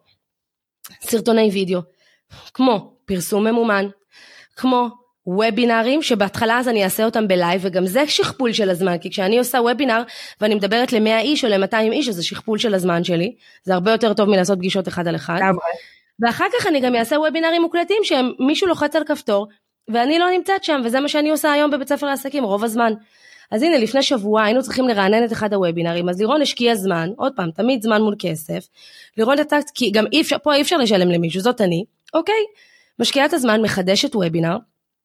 סרטוני וידאו, כמו פרסום ממומן, כמו וובינרים, שבהתחלה אז אני אעשה אותם בלייב, וגם זה שכפול של הזמן, כי כשאני עושה וובינר, ואני מדברת ל-מאה איש או ל-מאתיים איש, אז זה שכפול של הזמן שלי, זה הרבה יותר טוב מלעשות פגישות אחד על אחד, ואחר כך אני גם אעשה וובינרים מוקלטים, שהם מישהו לוחץ על כפתור, ואני לא נמצאת שם, וזה מה שאני עושה היום בבית ספר לעסקים, רוב הזמן. אז הנה, לפני שבוע היינו צריכים לרענן את אחד הוובינרים, אז לירון השקיע זמן, עוד פעם, תמיד זמן מול כסף, לירון את הטקט, כי גם אי אפשר, פה אי אפשר לשלם למישהו, זאת אני, אוקיי, משקיעה את הזמן, מחדשת וובינר,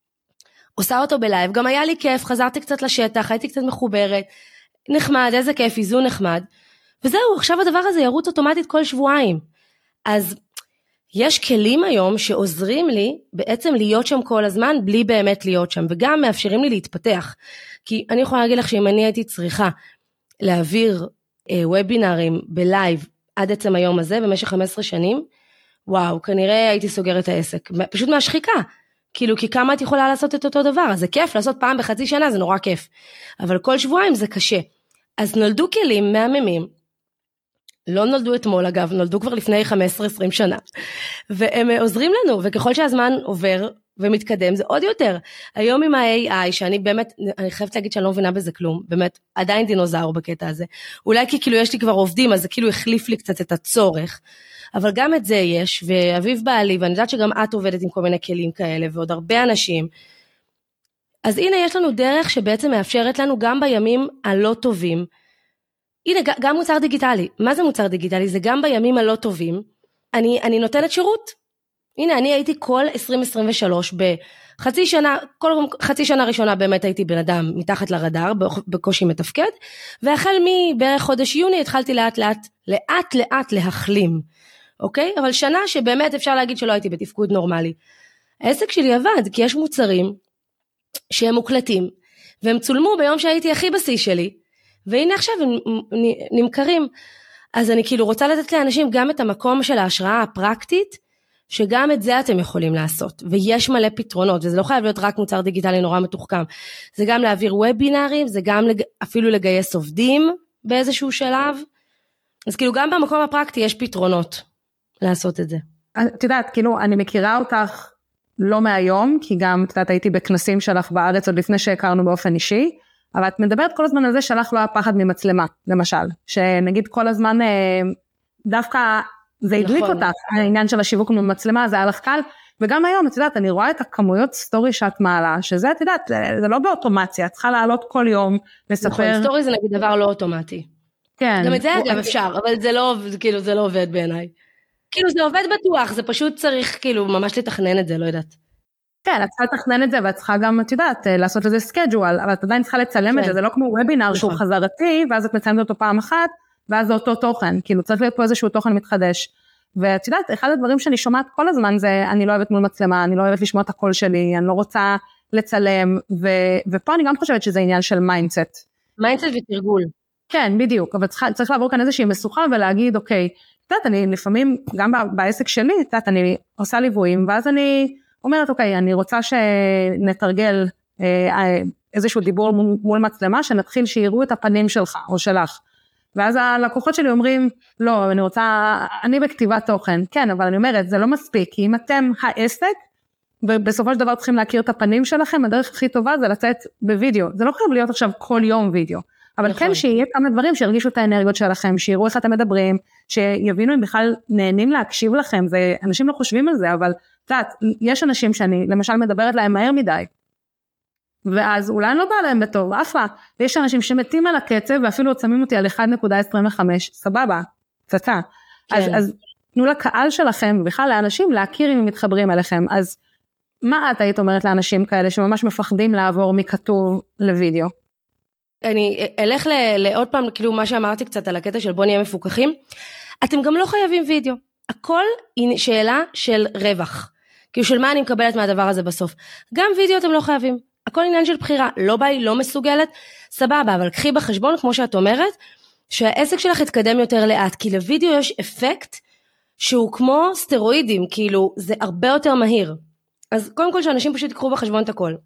עושה אותו בלייב, גם היה לי כיף, חזרתי קצת לשטח, הייתי קצת מחוברת, נחמד, איזה כיף, איזון נחמד, וזהו, עכשיו הדבר הזה ירוץ אוטומטית כל שבועיים. אז יש כלים היום שעוזרים לי בעצם להיות שם כל הזמן, בלי באמת להיות שם, וגם מאפשרים לי להתפתח, כי אני יכולה להגיד לך שאם אני הייתי צריכה להעביר אה, וובינרים בלייב עד עצם היום הזה, במשך חמש עשרה שנים, וואו, כנראה הייתי סוגרת את העסק, פשוט מהשחיקה, כאילו, כי כמה את יכולה לעשות את אותו דבר, אז זה כיף, לעשות פעם בחצי שנה, זה נורא כיף, אבל כל שבועיים זה קשה, אז נולדו כלים מהממים, לא נולדו אתמול אגב, נולדו כבר לפני חמש עשרה עשרים שנה, והם עוזרים לנו, וככל שהזמן עובר ומתקדם, זה עוד יותר, היום עם ה-איי איי, שאני באמת, אני חייבת להגיד שאני לא מבינה בזה כלום, באמת, עדיין דינוזאור בקטע הזה, אולי כי כאילו יש לי כבר עובדים, אז זה כאילו החליף לי קצת את הצורך, אבל גם את זה יש, ואביב בעלי, ואני יודעת שגם את עובדת עם כל מיני כלים כאלה, ועוד הרבה אנשים, אז הנה יש לנו דרך שבעצם מאפשרת לנו, גם בימים הלא טובים, הנה גם מוצר דיגיטלי, מה זה מוצר דיגיטלי? זה גם בימים הלא טובים, אני, אני נותנת שירות, הנה אני הייתי כל עשרים עשרים ושלוש, בחצי שנה, כל חצי שנה ראשונה באמת הייתי בן אדם מתחת לרדאר, בקושי מתפקד, והחל מבערך חודש יוני התחלתי לאט לאט, לאט לאט להחלים, אוקיי? אבל שנה שבאמת אפשר להגיד שלא הייתי בתפקוד נורמלי. העסק שלי עבד, כי יש מוצרים שהם מוקלטים, והם צולמו ביום שהייתי הכי בשיא שלי, והנה עכשיו הם נמכרים. אז אני כאילו רוצה לתת לאנשים גם את המקום של ההשראה הפרקטית, שגם את זה אתם יכולים לעשות, ויש מלא פתרונות, וזה לא חייב להיות רק מוצר דיגיטלי נורא מתוחכם, זה גם להעביר וובינרים, זה גם לג... אפילו לגייס עובדים באיזשהו שלב, אז כאילו גם במקום הפרקטי יש פתרונות לעשות את זה. את יודעת, כאילו אני מכירה אותך לא מהיום, כי גם את יודעת הייתי בכנסים שלך בארץ, עוד לפני שהכרנו באופן אישי, אבל את מדברת כל הזמן על זה שלך לא היה פחד ממצלמה, למשל, שנגיד כל הזמן דווקא זה הדליק אותך, העניין של השיווק ממצלמה, זה היה לך קל, וגם היום, את יודעת, אני רואה את הכמויות סטורי שאת מעלה, שזה, את יודעת, זה לא באוטומציה, את צריכה לעלות כל יום, לספר. נכון, סטורי זה נגיד דבר לא אוטומטי. כן. גם את זה גם אפשר, אבל זה לא, כאילו, זה לא עובד בעיניי. כאילו, זה עובד בטוח, זה פשוט צריך, כאילו, ממש לתכנן את זה, לא יודעת. כן, את צריכה לתכנן את זה, ואת צריכה גם, את יודעת, לעשות לזה סקייג'ואל, אבל את עדיין צריכה לצלם את זה, זה לא כמו וובינר שהוא חזרתי, ואז את מצלמת אותו פעם אחת, ואז זה אותו תוכן, כאילו צריך להיות פה איזשהו תוכן מתחדש, ואת יודעת, אחד הדברים שאני שומעת כל הזמן זה, אני לא אוהבת מול מצלמה, אני לא אוהבת לשמוע את הקול שלי, אני לא רוצה לצלם, ו, ופה אני גם חושבת שזה עניין של מיינדסט. מיינדסט ותרגול. כן, בדיוק, אבל צריך, צריך לעבור כאן איזושהי משוכה, ולהגיד, אוקיי, את יודעת, אני לפעמים, גם בעסק שלי, את יודעת, אני עושה ליוויים, ואז אני אומרת, אוקיי, אני רוצה שנתרגל אה, איזשהו דיבור מול מצלמה, שנתחיל שיראו את הפנים שלך, או שלך. ואז הלקוחות שלי אומרים, לא, אני רוצה, אני בכתיבת תוכן, כן, אבל אני אומרת, זה לא מספיק, כי אם אתם העסק, ובסופו של דבר צריכים להכיר את הפנים שלכם, הדרך הכי טובה זה לצאת בווידאו, זה לא חייב להיות עכשיו כל יום וידאו, אבל נכון. כן שיהיה כמה דברים שירגישו את האנרגיות שלכם, שיראו איך אתם מדברים, שיבינו אם בכלל נהנים להקשיב לכם, זה, אנשים לא חושבים על זה, אבל תעת, יש אנשים שאני למשל מדברת להם מהר מדי, ואז אולי לא בא להם בטוב, אחלה, ויש אנשים שמתים על הקצב, ואפילו שמים אותי על אחת נקודה עשרים וחמש, סבבה, צצה, כן. אז, אז תנו לקהל שלכם, בכלל לאנשים להכיר אם הם מתחברים אליכם, אז מה את היית אומרת לאנשים כאלה, שממש מפחדים לעבור מכתוב לוידאו? אני אלך לעוד פעם, כאילו מה שאמרתי קצת על הקטע של בוא נהיה מפוקחים, אתם גם לא חייבים וידאו, הכל שאלה של רווח, כאילו של מה אני מקבלת מהדבר הזה בסוף, גם וידאו אתם לא חייבים, הכל עניין של בחירה, לא באי, לא מסוגלת, סבבה, אבל קחי בחשבון, כמו שאת אומרת, שהעסק שלך יתקדם יותר לאט, כי לוידאו יש אפקט, שהוא כמו סטרואידים, כאילו זה הרבה יותר מהיר, אז קודם כל שאנשים פשוט יקחו בחשבון את הכל,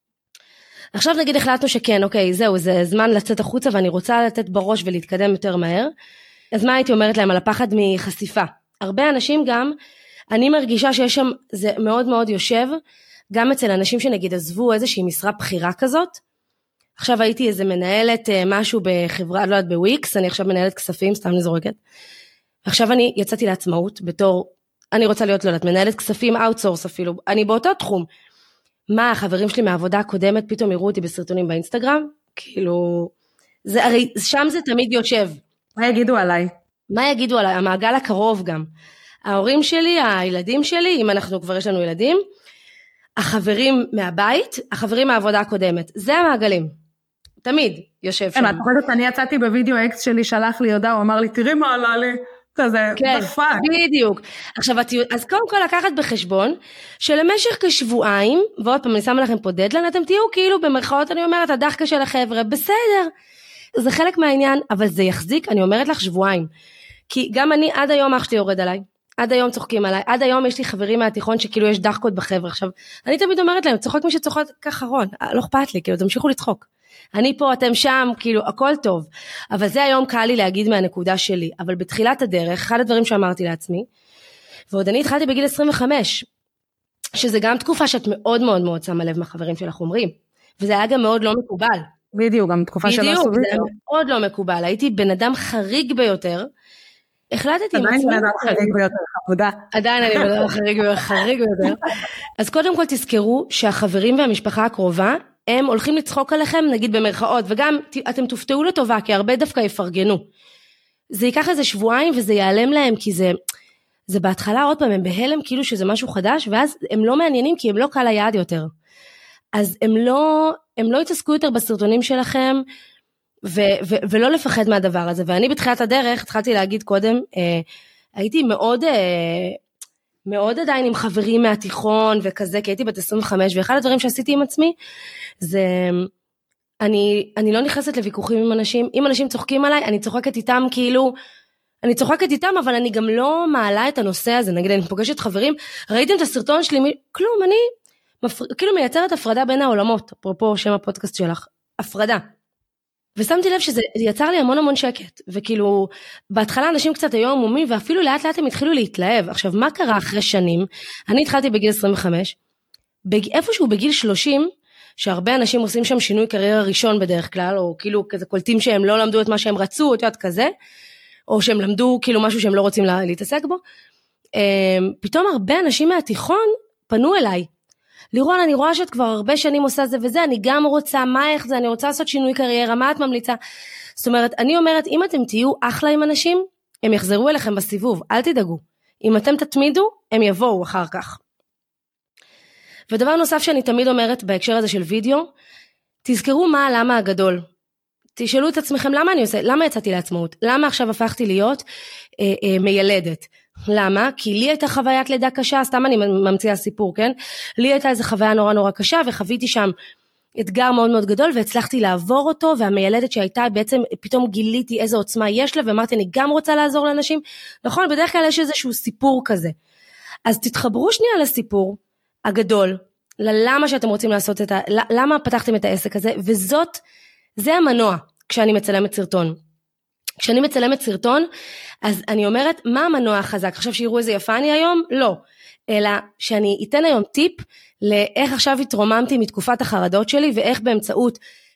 עכשיו נגיד החלטנו שכן, אוקיי, זהו, זה זמן לצאת החוצה, ואני רוצה לתת בראש ולהתקדם יותר מהר, אז מה הייתי אומרת להם על הפחד מחשיפה? הרבה אנשים גם, אני מרגישה שיש שם, זה מאוד מאוד יושב, גם אצל אנשים שנגיד עזבו איזושהי משרה בחירה כזאת, עכשיו הייתי איזה מנהלת משהו בחברה, לא יודעת בוויקס, אני עכשיו מנהלת כספים, סתם נזרוקת, עכשיו אני יצאתי לעצמאות, בתור, אני רוצה להיות, לא יודעת, מנהלת כספים, אאוטסורס אפילו, אני באותו תחום, מה, החברים שלי מהעבודה הקודמת פתאום יראו אותי בסרטונים באינסטגרם? כאילו, זה, הרי שם זה תמיד יושב. מה יגידו עליי? מה יגידו עליי? המעגל הקרוב גם. ההורים שלי, הילדים שלי, אם אנחנו כבר יש לנו ילדים, החברים מהבית, החברים מהעבודה הקודמת. זה המעגלים. תמיד יושב שם. את חושבת, אני יצאתי בווידאו אקס שלי, שלח לי הודעה, הוא אמר לי, תראי מה עלה לי. כזה, כן, בדיוק. עכשיו, אז קודם כל לקחת בחשבון, שלמשך כשבועיים, ועוד פעם אני שמה לכם פה דדליין, אתם תהיו כאילו במרכאות, אני אומרת, הדחקה של החבר'ה, בסדר, זה חלק מהעניין, אבל זה יחזיק, אני אומרת לך שבועיים, כי גם אני, עד היום אח שלי יורד עליי, עד היום צוחקים עליי, עד היום יש לי חברים מהתיכון, שכאילו יש דחקות בחבר'ה, עכשיו, אני תמיד אומרת להם, צוחק מי שצוחק כחרון, לא אכפת לי, כאילו, תמשיכו לצחוק. אני פה, אתם שם, כאילו, הכל טוב. אבל זה היום קל לי להגיד מהנקודה שלי. אבל בתחילת הדרך, אחד הדברים שאמרתי לעצמי, ועוד אני התחלתי בגיל עשרים וחמש, שזה גם תקופה שאת מאוד מאוד מאוד שמה לב מהחברים שלך אומרים. וזה היה גם מאוד לא מקובל. בדיוק, גם תקופה שלא עשו. בדיוק, זה היה מאוד לא מקובל. הייתי בן אדם חריג ביותר. החלטתי עם עצמי. עדיין בן אדם חריג ביותר, עבודה. עדיין אני בן אדם חריג ביותר. אז קודם כל תזכרו שהחברים והמשפחה הקרובה הם הולכים לצחוק עליכם, נגיד במרכאות, וגם אתם תופתעו לטובה, כי הרבה דווקא יפרגנו. זה ייקח איזה שבועיים, וזה ייעלם להם, כי זה, זה בהתחלה עוד פעם, הם בהלם כאילו שזה משהו חדש, ואז הם לא מעניינים, כי הם לא קל היעד יותר. אז הם לא, הם לא יתעסקו יותר בסרטונים שלכם, ו, ו, ולא לפחד מהדבר הזה. ואני בתחילת הדרך, התחלתי להגיד קודם, אה, הייתי מאוד... אה, מאוד עדיין עם חברים מהתיכון וכזה, כי הייתי בת עשרים וחמש, ואחד הדברים שעשיתי עם עצמי, זה, אני, אני לא נכנסת לוויכוחים עם אנשים, אם אנשים צוחקים עליי, אני צוחקת איתם כאילו, אני צוחקת איתם, אבל אני גם לא מעלה את הנושא הזה, נגיד אני פוגשת חברים, ראיתם את הסרטון שלי, כלום, אני מפר... כאילו מייצרת הפרדה בין העולמות, אפרופו שם הפודקאסט שלך, הפרדה. ושמתי לב שזה יצר לי המון המון שקט, וכאילו, בהתחלה אנשים קצת היו עמומים, ואפילו לאט לאט הם התחילו להתלהב. עכשיו, מה קרה אחרי שנים? אני התחלתי בגיל עשרים וחמש, איפשהו בגיל שלושים, שהרבה אנשים עושים שם שינוי קריירה ראשון בדרך כלל, או כאילו כזה קולטים שהם לא למדו את מה שהם רצו, את יודעת כזה, או שהם למדו כאילו משהו שהם לא רוצים להתעסק בו, פתאום הרבה אנשים מהתיכון פנו אליי, לירון, אני רואה שאת כבר הרבה שנים עושה זה וזה, אני גם רוצה, מה איך זה, אני רוצה לעשות שינוי קריירה, מה את ממליצה? זאת אומרת, אני אומרת, אם אתם תהיו אחלה עם אנשים, הם יחזרו אליכם בסיבוב, אל תדאגו. אם אתם תתמידו, הם יבואו אחר כך. ודבר נוסף שאני תמיד אומרת בהקשר הזה של וידאו, תזכרו מה הלמה הגדול. תשאלו את עצמכם, למה אני עושה, למה יצאתי לעצמאות? למה עכשיו הפכתי להיות אה, אה, מיילדת? למה? כי לי הייתה חוויית לידה קשה, סתם אני ממציאה סיפור, כן? לי הייתה איזו חוויה נורא נורא קשה, וחוויתי שם אתגר מאוד מאוד גדול, והצלחתי לעבור אותו, והמיילדת שהייתה בעצם, פתאום גיליתי איזו עוצמה יש לה, ואמרתי, אני גם רוצה לעזור לאנשים. נכון, בדרך כלל יש איזשהו סיפור כזה. אז תתחברו שנייה לסיפור הגדול, ללמה שאתם רוצים לעשות את ה... למה פתחתם את העסק הזה, וזאת, זה המנוע, כשאני מצלמת סרטון. כשאני מצלמת סרטון, אז אני אומרת, מה המנוע החזק? עכשיו שיראו איזה יפה אני היום? לא. אלא שאני אתן היום טיפ, לאיך עכשיו התרוממתי מתקופת החרדות שלי, ואיך באמצעות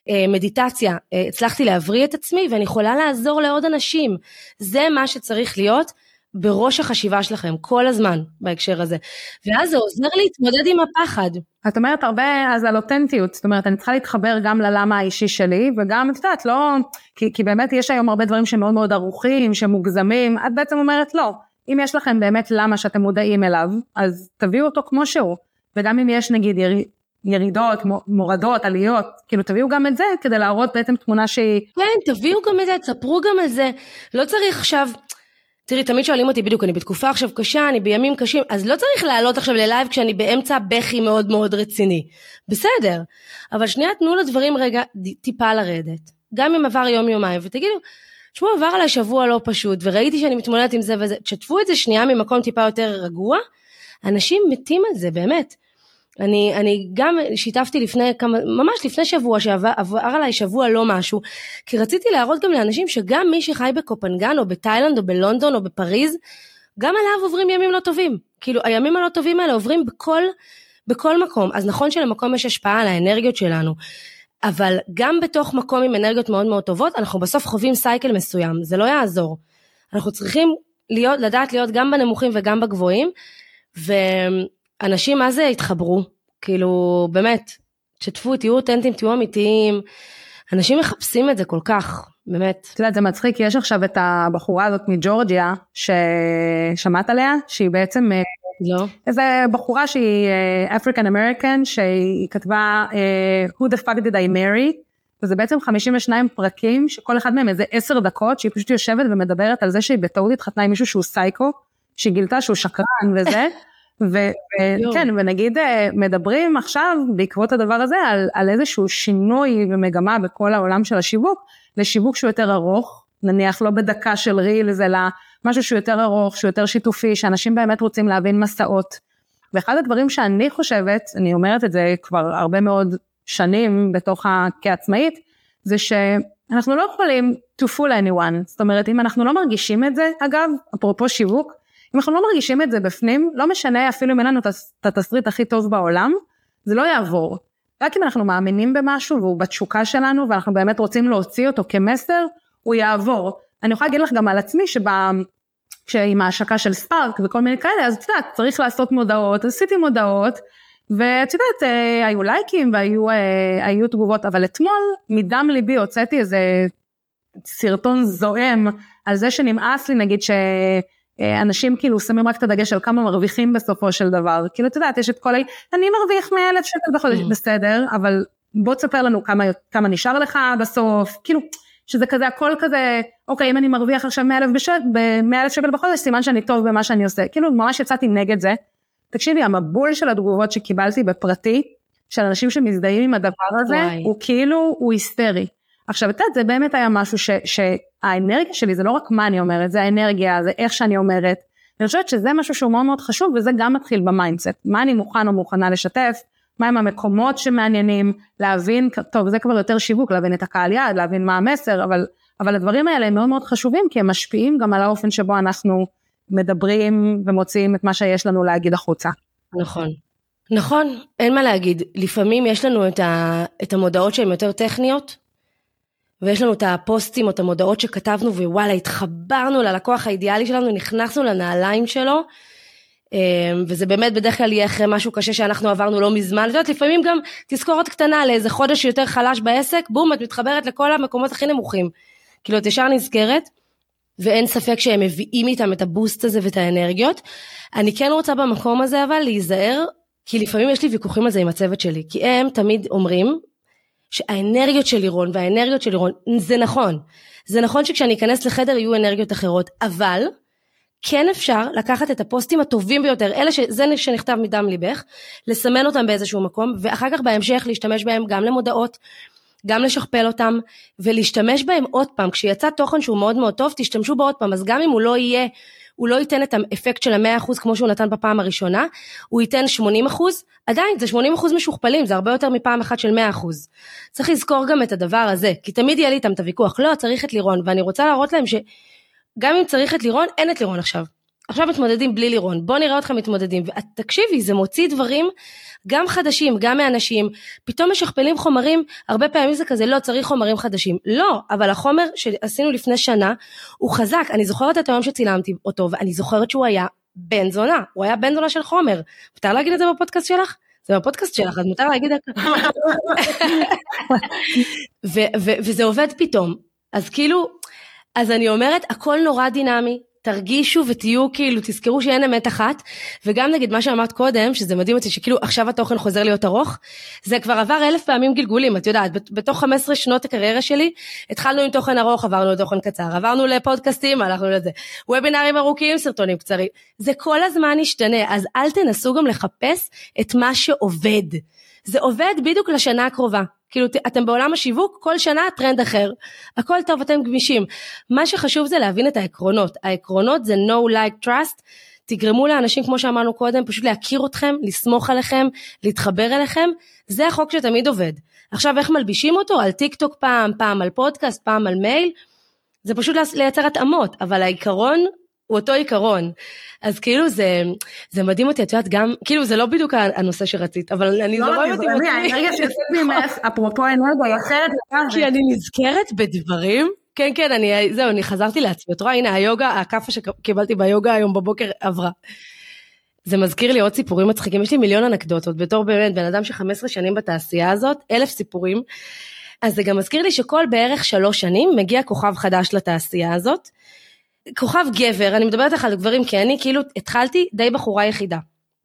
מדיטציה, הצלחתי להבריא את עצמי, ואני יכולה לעזור לעוד אנשים. זה מה שצריך להיות בראש החשיבה שלכם, כל הזמן בהקשר הזה. ואז זה עוזר להתמודד עם הפחד. את אומרת הרבה אז על אותנטיות, זאת אומרת, אני צריכה להתחבר גם ללמה האישי שלי, וגם, את יודעת, לא, כי, כי באמת יש היום הרבה דברים שמאוד מאוד ערוכים, שמוגזמים, את בעצם אומרת לא, אם יש לכם באמת למה שאתם מודעים אליו, אז תביאו אותו כמו שהוא, וגם אם יש נגיד יר, ירידות, מורדות, עליות, כאילו תביאו גם את זה, כדי להראות בעצם תמונה שהיא... כן, תביאו גם את זה, תספרו גם על זה, לא צריך עכשיו... תראי, תמיד שואלים אותי בדיוק, אני בתקופה עכשיו קשה, אני בימים קשים, אז לא צריך לעלות עכשיו ללייב כשאני באמצע בכי מאוד מאוד רציני. בסדר, אבל שנייה תנו לדברים רגע טיפה לרדת. גם אם עבר יום יומיים, ותגידו, שמו עבר עליי שבוע לא פשוט, וראיתי שאני מתמודדת עם זה וזה, תשתפו את זה שנייה ממקום טיפה יותר רגוע, אנשים מתים על זה, באמת. אני, אני גם שיתפתי לפני כמה, ממש לפני שבוע שעבר עליי שבוע לא משהו, כי רציתי להראות גם לאנשים שגם מי שחי בקופנגן או בתאילנד או בלונדון או בפריז, גם עליו עוברים ימים לא טובים, כאילו הימים הלא טובים האלה עוברים בכל, בכל מקום, אז נכון שלמקום יש השפעה על האנרגיות שלנו, אבל גם בתוך מקום עם אנרגיות מאוד מאוד טובות, אנחנו בסוף חווים סייקל מסוים, זה לא יעזור, אנחנו צריכים להיות, לדעת להיות גם בנמוכים וגם בגבוהים, ו... אנשים מה זה התחברו, כאילו באמת, שתפו, תהיו אותנטיים, תהיו אמיתיים, אנשים מחפשים את זה כל כך, באמת. את יודעת, זה מצחיק, יש עכשיו את הבחורה הזאת מג'ורג'יה, ששמעת עליה, שהיא בעצם, לא. איזו בחורה שהיא African American, שהיא כתבה, Who the fuck did I marry, וזה בעצם חמישים ושניים פרקים, שכל אחד מהם איזה עשר דקות, שהיא פשוט יושבת ומדברת על זה שהיא בטעות התחתנה עם מישהו שהוא סייקו, שהיא גילתה שהוא שקרן וזה, וכן, ונגיד מדברים עכשיו בעקבות הדבר הזה על, על איזשהו שינוי ומגמה בכל העולם של השיווק, לשיווק שהוא יותר ארוך, נניח לא בדקה של ריל, זה משהו שהוא יותר ארוך, שהוא יותר שיתופי, שאנשים באמת רוצים להבין מסעות, ואחד הדברים שאני חושבת, אני אומרת את זה כבר הרבה מאוד שנים בתוך כעצמאית, זה שאנחנו לא יכולים to fool anyone, זאת אומרת אם אנחנו לא מרגישים את זה, אגב, אפרופו שיווק, אם אנחנו לא מרגישים את זה בפנים, לא משנה אפילו אם אין לנו את התסריט הכי טוב בעולם, זה לא יעבור. רק אם אנחנו מאמינים במשהו, והוא בתשוקה שלנו, ואנחנו באמת רוצים להוציא אותו כמסר, הוא יעבור. אני יכולה להגיד לך גם על עצמי, שעם ההשקה של ספארק וכל מיני כאלה, אז את יודעת, צריך לעשות מודעות, אז עשיתי מודעות, ואת יודעת, היו לייקים והיו תגובות, אבל אתמול מדם ליבי הוצאתי איזה סרטון זועם, על זה שנמאס לי נגיד ש... אנשים כאילו שמים רק את הדגש על כמה מרוויחים בסופו של דבר, כאילו את יודעת, יש את כל ה... אני מרוויח מאה אלף שקל בחודש, בסדר, אבל בוא תספר לנו כמה, כמה נשאר לך בסוף, כאילו, שזה כזה, הכל כזה, אוקיי, אם אני מרוויח עכשיו מאה אלף שקל בחודש, סימן שאני טוב במה שאני עושה, כאילו ממש יצאתי נגד זה, תקשיבי, המבול של התגובות שקיבלתי בפרטי, של אנשים שמזדהים עם הדבר הזה, וואי. הוא כאילו, הוא היסטרי, עכשיו, את יודעת, זה באמת היה משהו ש, שהאנרגיה שלי, זה לא רק מה אני אומרת, זה האנרגיה, זה איך שאני אומרת, אני חושבת שזה משהו שהוא מאוד מאוד חשוב, וזה גם מתחיל במיינדסט, מה אני מוכן או מוכנה לשתף, מה הם המקומות שמעניינים, להבין, טוב, זה כבר יותר שיווק, להבין את הקהל יעד, להבין מה המסר, אבל, אבל הדברים האלה הם מאוד מאוד חשובים, כי הם משפיעים גם על האופן שבו אנחנו מדברים, ומוציאים את מה שיש לנו להגיד החוצה. נכון. נכון, אין מה להגיד, לפעמים יש לנו את, ה, את המודעות שהן יותר טכניות, ויש לנו את הפוסטים או את המודעות שכתבנו, ווואלה, התחברנו ללקוח האידיאלי שלנו, נכנסנו לנעליים שלו, וזה באמת בדרך כלל יהיה אחרי משהו קשה שאנחנו עברנו לא מזמן, יודעת, לפעמים גם תזכורת קטנה לאיזה חודש יותר חלש בעסק, בום, את מתחברת לכל המקומות הכי נמוכים, כאילו את ישר נזכרת, ואין ספק שהם מביאים איתם את הבוסט הזה ואת האנרגיות, אני כן רוצה במקום הזה אבל להיזהר, כי לפעמים יש לי ויכוחים על זה עם הצוות שלי, כי הם תמיד אומרים, שהאנרגיות של לירון והאנרגיות של לירון, זה נכון, זה נכון שכשאני אכנס לחדר יהיו אנרגיות אחרות, אבל כן אפשר לקחת את הפוסטים הטובים ביותר, אלה שזה שנכתב מדם ליבך, לסמן אותם באיזשהו מקום, ואחר כך בהמשך להשתמש בהם גם למודעות, גם לשכפל אותם, ולהשתמש בהם עוד פעם, כשיצא תוכן שהוא מאוד מאוד טוב, תשתמשו בו עוד פעם, אז גם אם הוא לא יהיה, הוא לא ייתן את האפקט של ה-מאה אחוז כמו שהוא נתן בפעם הראשונה, הוא ייתן שמונים אחוז, עדיין זה שמונים אחוז משוכפלים, זה הרבה יותר מפעם אחת של מאה אחוז. צריך לזכור גם את הדבר הזה, כי תמיד יהיה לי איתם את הוויכוח, לא, צריך את לירון, ואני רוצה להראות להם שגם אם צריך את לירון, אין את לירון עכשיו. עכשיו מתמודדים בלי לירון, בוא נראה אתכם מתמודדים, ותקשיבי, זה מוציא דברים גם חדשים, גם מאנשים, פתאום משכפלים חומרים, הרבה פעמים זה כזה, לא צריך חומרים חדשים, לא, אבל החומר שעשינו לפני שנה, הוא חזק, אני זוכרת את היום שצילמתי אותו, ואני זוכרת שהוא היה בן זונה, הוא היה בן זונה של חומר, מותר להגיד את זה בפודקאסט שלך? זה בפודקאסט שלך, אז מותר להגיד את זה. וזה עובד פתאום, אז כאילו, אז אני אומרת, הכל נורא דינמי, תרגישו ותהיו כאילו, תזכרו שאין אמת אחת, וגם נגיד מה שאמרת קודם, שזה מדהים אותי, שכאילו עכשיו התוכן חוזר להיות ארוך, זה כבר עבר אלף פעמים גלגולים, את יודעת, בתוך חמש עשרה שנות הקריירה שלי, התחלנו עם תוכן ארוך, עברנו לתוכן קצר, עברנו לפודקאסטים, הלכנו לזה, וובינרים ארוכים, סרטונים קצרים, זה כל הזמן ישתנה, אז אל תנסו גם לחפש את מה שעובד, זה עובד בדיוק לשנה הקרובה, כאילו אתם בעולם השיווק, כל שנה טרנד אחר, הכל טוב, אתם גמישים, מה שחשוב זה להבין את העקרונות, העקרונות זה no like trust, תגרמו לאנשים כמו שאמרנו קודם, פשוט להכיר אתכם, לסמוך עליכם, להתחבר אליכם, זה החוק שתמיד עובד, עכשיו איך מלבישים אותו? על טיק טוק פעם, פעם על פודקאסט, פעם על מייל, זה פשוט לייצר התאמות, אבל העיקרון הוא אותו עיקרון, אז כאילו זה, זה מדהים אותי, את יודעת גם, כאילו זה לא בדיוק הנושא שרצית, אבל אני לא רואה אותי אותי. האנרגיה שיוצאת ממך, אפרופו אנרגיה, אחרת לגמרי. כי אני נזכרת בדברים, כן כן, אני, זהו, אני חזרתי לעצמי, את רואה, הנה היוגה, הקפה שקיבלתי ביוגה היום בבוקר עברה. זה מזכיר לי עוד סיפורים מצחיקים, יש לי מיליון אנקדוטות, בתור באמת בן אדם ש-חמש עשרה שנים בתעשייה הזאת, אלף סיפורים, אז זה גם מזכיר לי שכל בערך שלוש שנים מגיע כוכב חדש לתעשייה הזאת, כוכב גבר, אני מדברת לך על גברים, כי אני כאילו התחלתי די בחורה יחידה,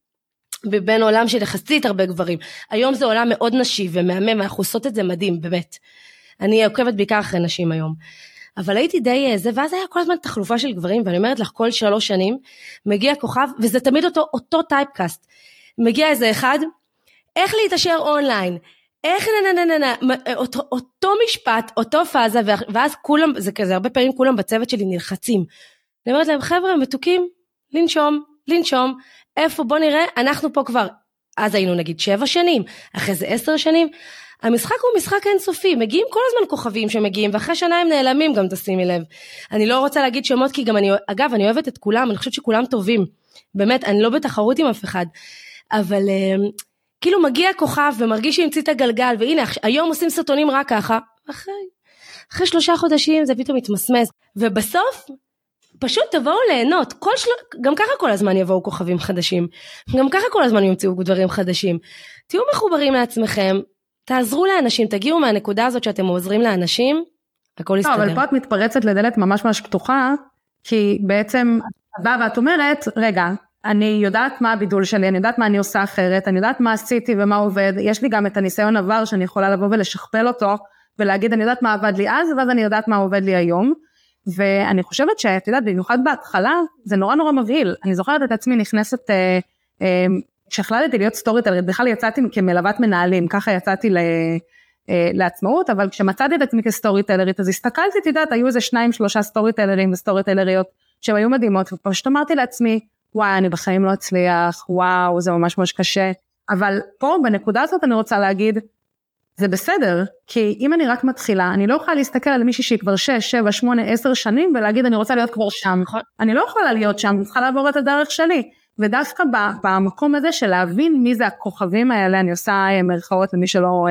בבין עולם של יחסית הרבה גברים, היום זה עולם מאוד נשי ומהמם, אנחנו עושות את זה מדהים, באמת, אני עוקבת בעיקר אחרי נשים היום, אבל הייתי די זה, ואז היה כל הזמן תחלופה של גברים, ואני אומרת לך כל שלוש שנים, מגיע כוכב, וזה תמיד אותו, אותו טייפקאסט, מגיע איזה אחד, איך להתאשר אונליין, איך נה נה נה נה, אותו, אותו משפט, אותו פאזה, ואז כולם, זה כזה, הרבה פעמים כולם בצוות שלי נלחצים. אני אומרת להם, חבר'ה, מתוקים, לנשום, לנשום, איפה, בוא נראה, אנחנו פה כבר, אז היינו נגיד שבע שנים, אחרי זה עשר שנים, המשחק הוא משחק אינסופי, מגיעים כל הזמן כוכבים שמגיעים, ואחרי שנה הם נעלמים גם, תשימי לב. אני לא רוצה להגיד שמות, כי גם אני, אגב, אני אוהבת את כולם, אני חושבת שכולם טובים, באמת, אני לא בתחרות עם אף אחד, אבל כאילו מגיע כוכב ומרגיש שהמציא את הגלגל, והנה היום עושים סרטונים רק ככה, אחרי, אחרי שלושה חודשים זה פתאום מתמסמס, ובסוף פשוט תבואו ליהנות, כל של... גם ככה כל הזמן יבואו כוכבים חדשים, גם ככה כל הזמן ימצאו דברים חדשים, תהיו מחוברים לעצמכם, תעזרו לאנשים, תגיעו מהנקודה הזאת שאתם עוזרים לאנשים, הכל יסתדר. אבל פה את מתפרצת לדלת ממש ממש פתוחה, כי בעצם באה ואת אומרת, רגע, אני יודעת מה הבידול שלי, אני יודעת מה אני עושה אחרת, אני יודעת מה עשיתי ומה עובד, יש לי גם את הניסיון עבר שאני יכולה לבוא ולשכפל אותו, ולהגיד אני יודעת מה עבד לי אז, ואז אני יודעת מה עובד לי היום, ואני חושבת שאת יודעת, במיוחד בהתחלה, זה נורא נורא מבהיל, אני זוכרת את עצמי נכנסת, אה, אה, כשהחלטתי להיות סטוריטלרית, בכלל יצאתי כמלוות מנהלים, ככה יצאתי ל, אה, לעצמאות, אבל כשמצאתי את עצמי כסטוריטלרית, אז הסתכלתי, את יודעת, היו איזה שניים, שלושה סטוריטלרים וסטוריטלריות, שהם היו מדהימות, ופשוט אמרתי לעצמי, וואי, אני בחיים לא אצליח, וואו, זה ממש ממש קשה, אבל פה בנקודה הזאת אני רוצה להגיד, זה בסדר, כי אם אני רק מתחילה, אני לא יכולה להסתכל על מישהי שהיא כבר שש, שבע, שמונה, עשר שנים, ולהגיד אני רוצה להיות כבר שם, אני לא יכולה להיות שם, אני צריכה לעבור את הדרך שלי, ודווקא במקום הזה של להבין מי זה הכוכבים האלה, אני עושה מרכאות למי שלא,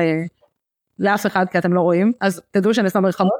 לאף אחד, כי אתם לא רואים, אז תדעו שאני עושה מרכאות,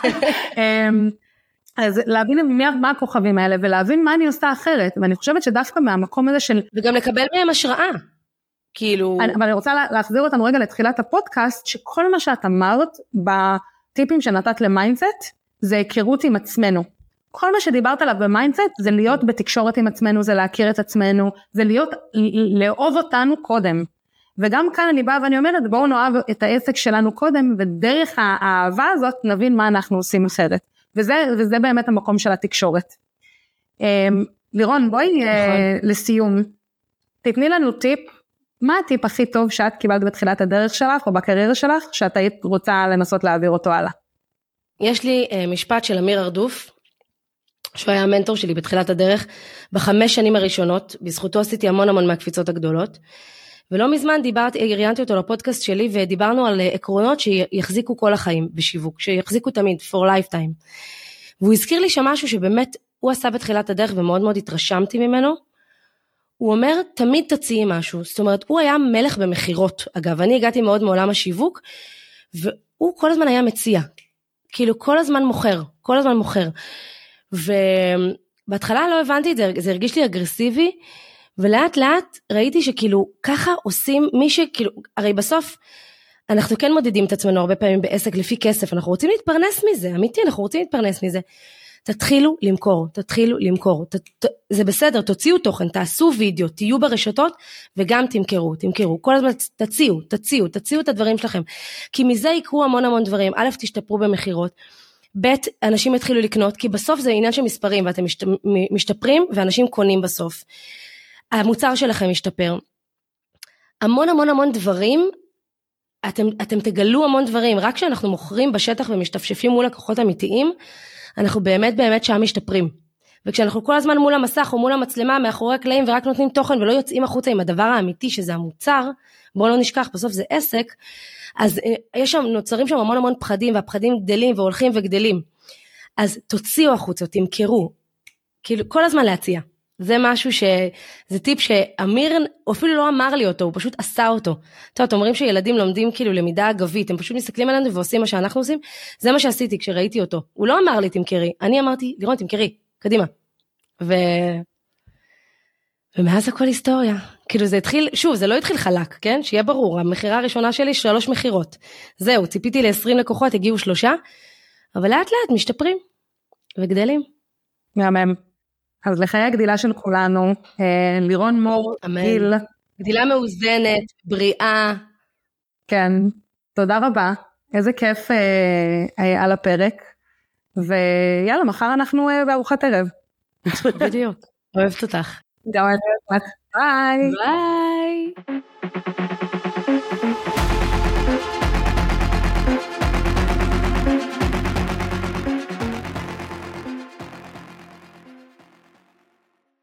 אז להבין מה, מה הכוכבים האלה, ולהבין מה אני עושה אחרת, ואני חושבת שדווקא מהמקום הזה של... וגם לקבל מהם השראה, כאילו... אני, אבל אני רוצה להחזיר אותנו רגע לתחילת הפודקאסט, שכל מה שאת אמרת, בטיפים שנתת למיינדסט, זה היכרות עם עצמנו. כל מה שדיברת עליו במיינדסט, זה להיות בתקשורת עם עצמנו, זה להכיר את עצמנו, זה להיות, לאהוב אותנו קודם. וגם כאן אני באה ואני אומרת, בואו נאהב את העסק שלנו קודם, ודרך האהבה הזאת נבין מה אנחנו עושים אחרת. וזה, וזה באמת המקום של התקשורת. לירון, בואי לסיום, תתני לנו טיפ, מה הטיפ הכי טוב שאת קיבלת בתחילת הדרך שלך, או בקריירה שלך, שאת היית רוצה לנסות להעביר אותו הלאה? יש לי משפט של אמיר ארדוף, שהוא היה המנטור שלי בתחילת הדרך, בחמש שנים הראשונות, בזכותו עשיתי המון המון מהקפיצות הגדולות, ולא מזמן דיברתי, ראיינתי אותו לפודקאסט שלי, ודיברנו על עקרונות שיחזיקו כל החיים בשיווק, שיחזיקו תמיד, for lifetime. והוא הזכיר לי שמשהו שבאמת, הוא עשה בתחילת הדרך ומאוד מאוד התרשמתי ממנו, הוא אומר, תמיד תציעי משהו, זאת אומרת, הוא היה מלך במחירות, אגב, אני הגעתי מאוד מעולם השיווק, והוא כל הזמן היה מציע, כאילו כל הזמן מוכר, כל הזמן מוכר, ובהתחלה לא הבנתי את זה, זה הרגיש לי אגרסיבי, ולאט לאט ראיתי שכאילו ככה עושים מי שכאילו, הרי בסוף אנחנו כן מודדים את עצמנו הרבה פעמים בעסק לפי כסף, אנחנו רוצים להתפרנס מזה, אמיתי, אנחנו רוצים להתפרנס מזה, תתחילו למכור, תתחילו למכור, ת, ת, זה בסדר, תוציאו תוכן, תעשו וידאו, תהיו ברשתות, וגם תמכרו, תמכרו, כל הזמן תציעו, תציעו, תציעו את הדברים שלכם, כי מזה יקרו המון המון דברים, א', תשתפרו במחירות, ב', אנשים יתחילו לקנות, כי בסוף זה עניין של מספרים, ואתם משת, משתפרים, ואנשים קונים בסוף, המוצר שלכם משתפר, המון המון המון דברים, אתם, אתם תגלו המון דברים, רק כשאנחנו מוכרים בשטח ומשתפשפים מול לקוחות אמיתיים, אנחנו באמת באמת שם משתפרים, וכשאנחנו כל הזמן מול המסך או מול המצלמה מאחורי הקלעים ורק נותנים תוכן ולא יוצאים החוצה עם הדבר האמיתי שזה המוצר, בואו לא נשכח, בסוף זה עסק, אז יש שם, נוצרים שם המון המון פחדים, והפחדים גדלים והולכים וגדלים, אז תוציאו החוצה, תמכרו, כאילו כל הזמן להציע, זה משהו ש... זה טיפ שאמיר אפילו לא אמר לי אותו, הוא פשוט עשה אותו. טוב, אומרים שילדים לומדים כאילו למידה אגבית, הם פשוט מסתכלים עלינו ועושים מה שאנחנו עושים, זה מה שעשיתי כשראיתי אותו. הוא לא אמר לי תמכרי, אני אמרתי, לירון תמכרי, קדימה. ו... ומאז הכל היסטוריה. כאילו זה התחיל, שוב, זה לא התחיל חלק, כן? שיהיה ברור, המחירה הראשונה שלי שלוש מחירות. זהו, ציפיתי ל-עשרים לקוחות, הגיעו שלושה, אבל לאט לאט משתפרים וגדלים. מהמם. אז לחיי הגדילה של כולנו, לירון מור, גיל. גדילה מאוזנת, בריאה. כן, תודה רבה. איזה כיף אה, על הפרק. ויאללה, מחר אנחנו אה, בארוחת ערב. בדיוק, אוהבת אותך. גם אני אוהבת. ביי. ביי.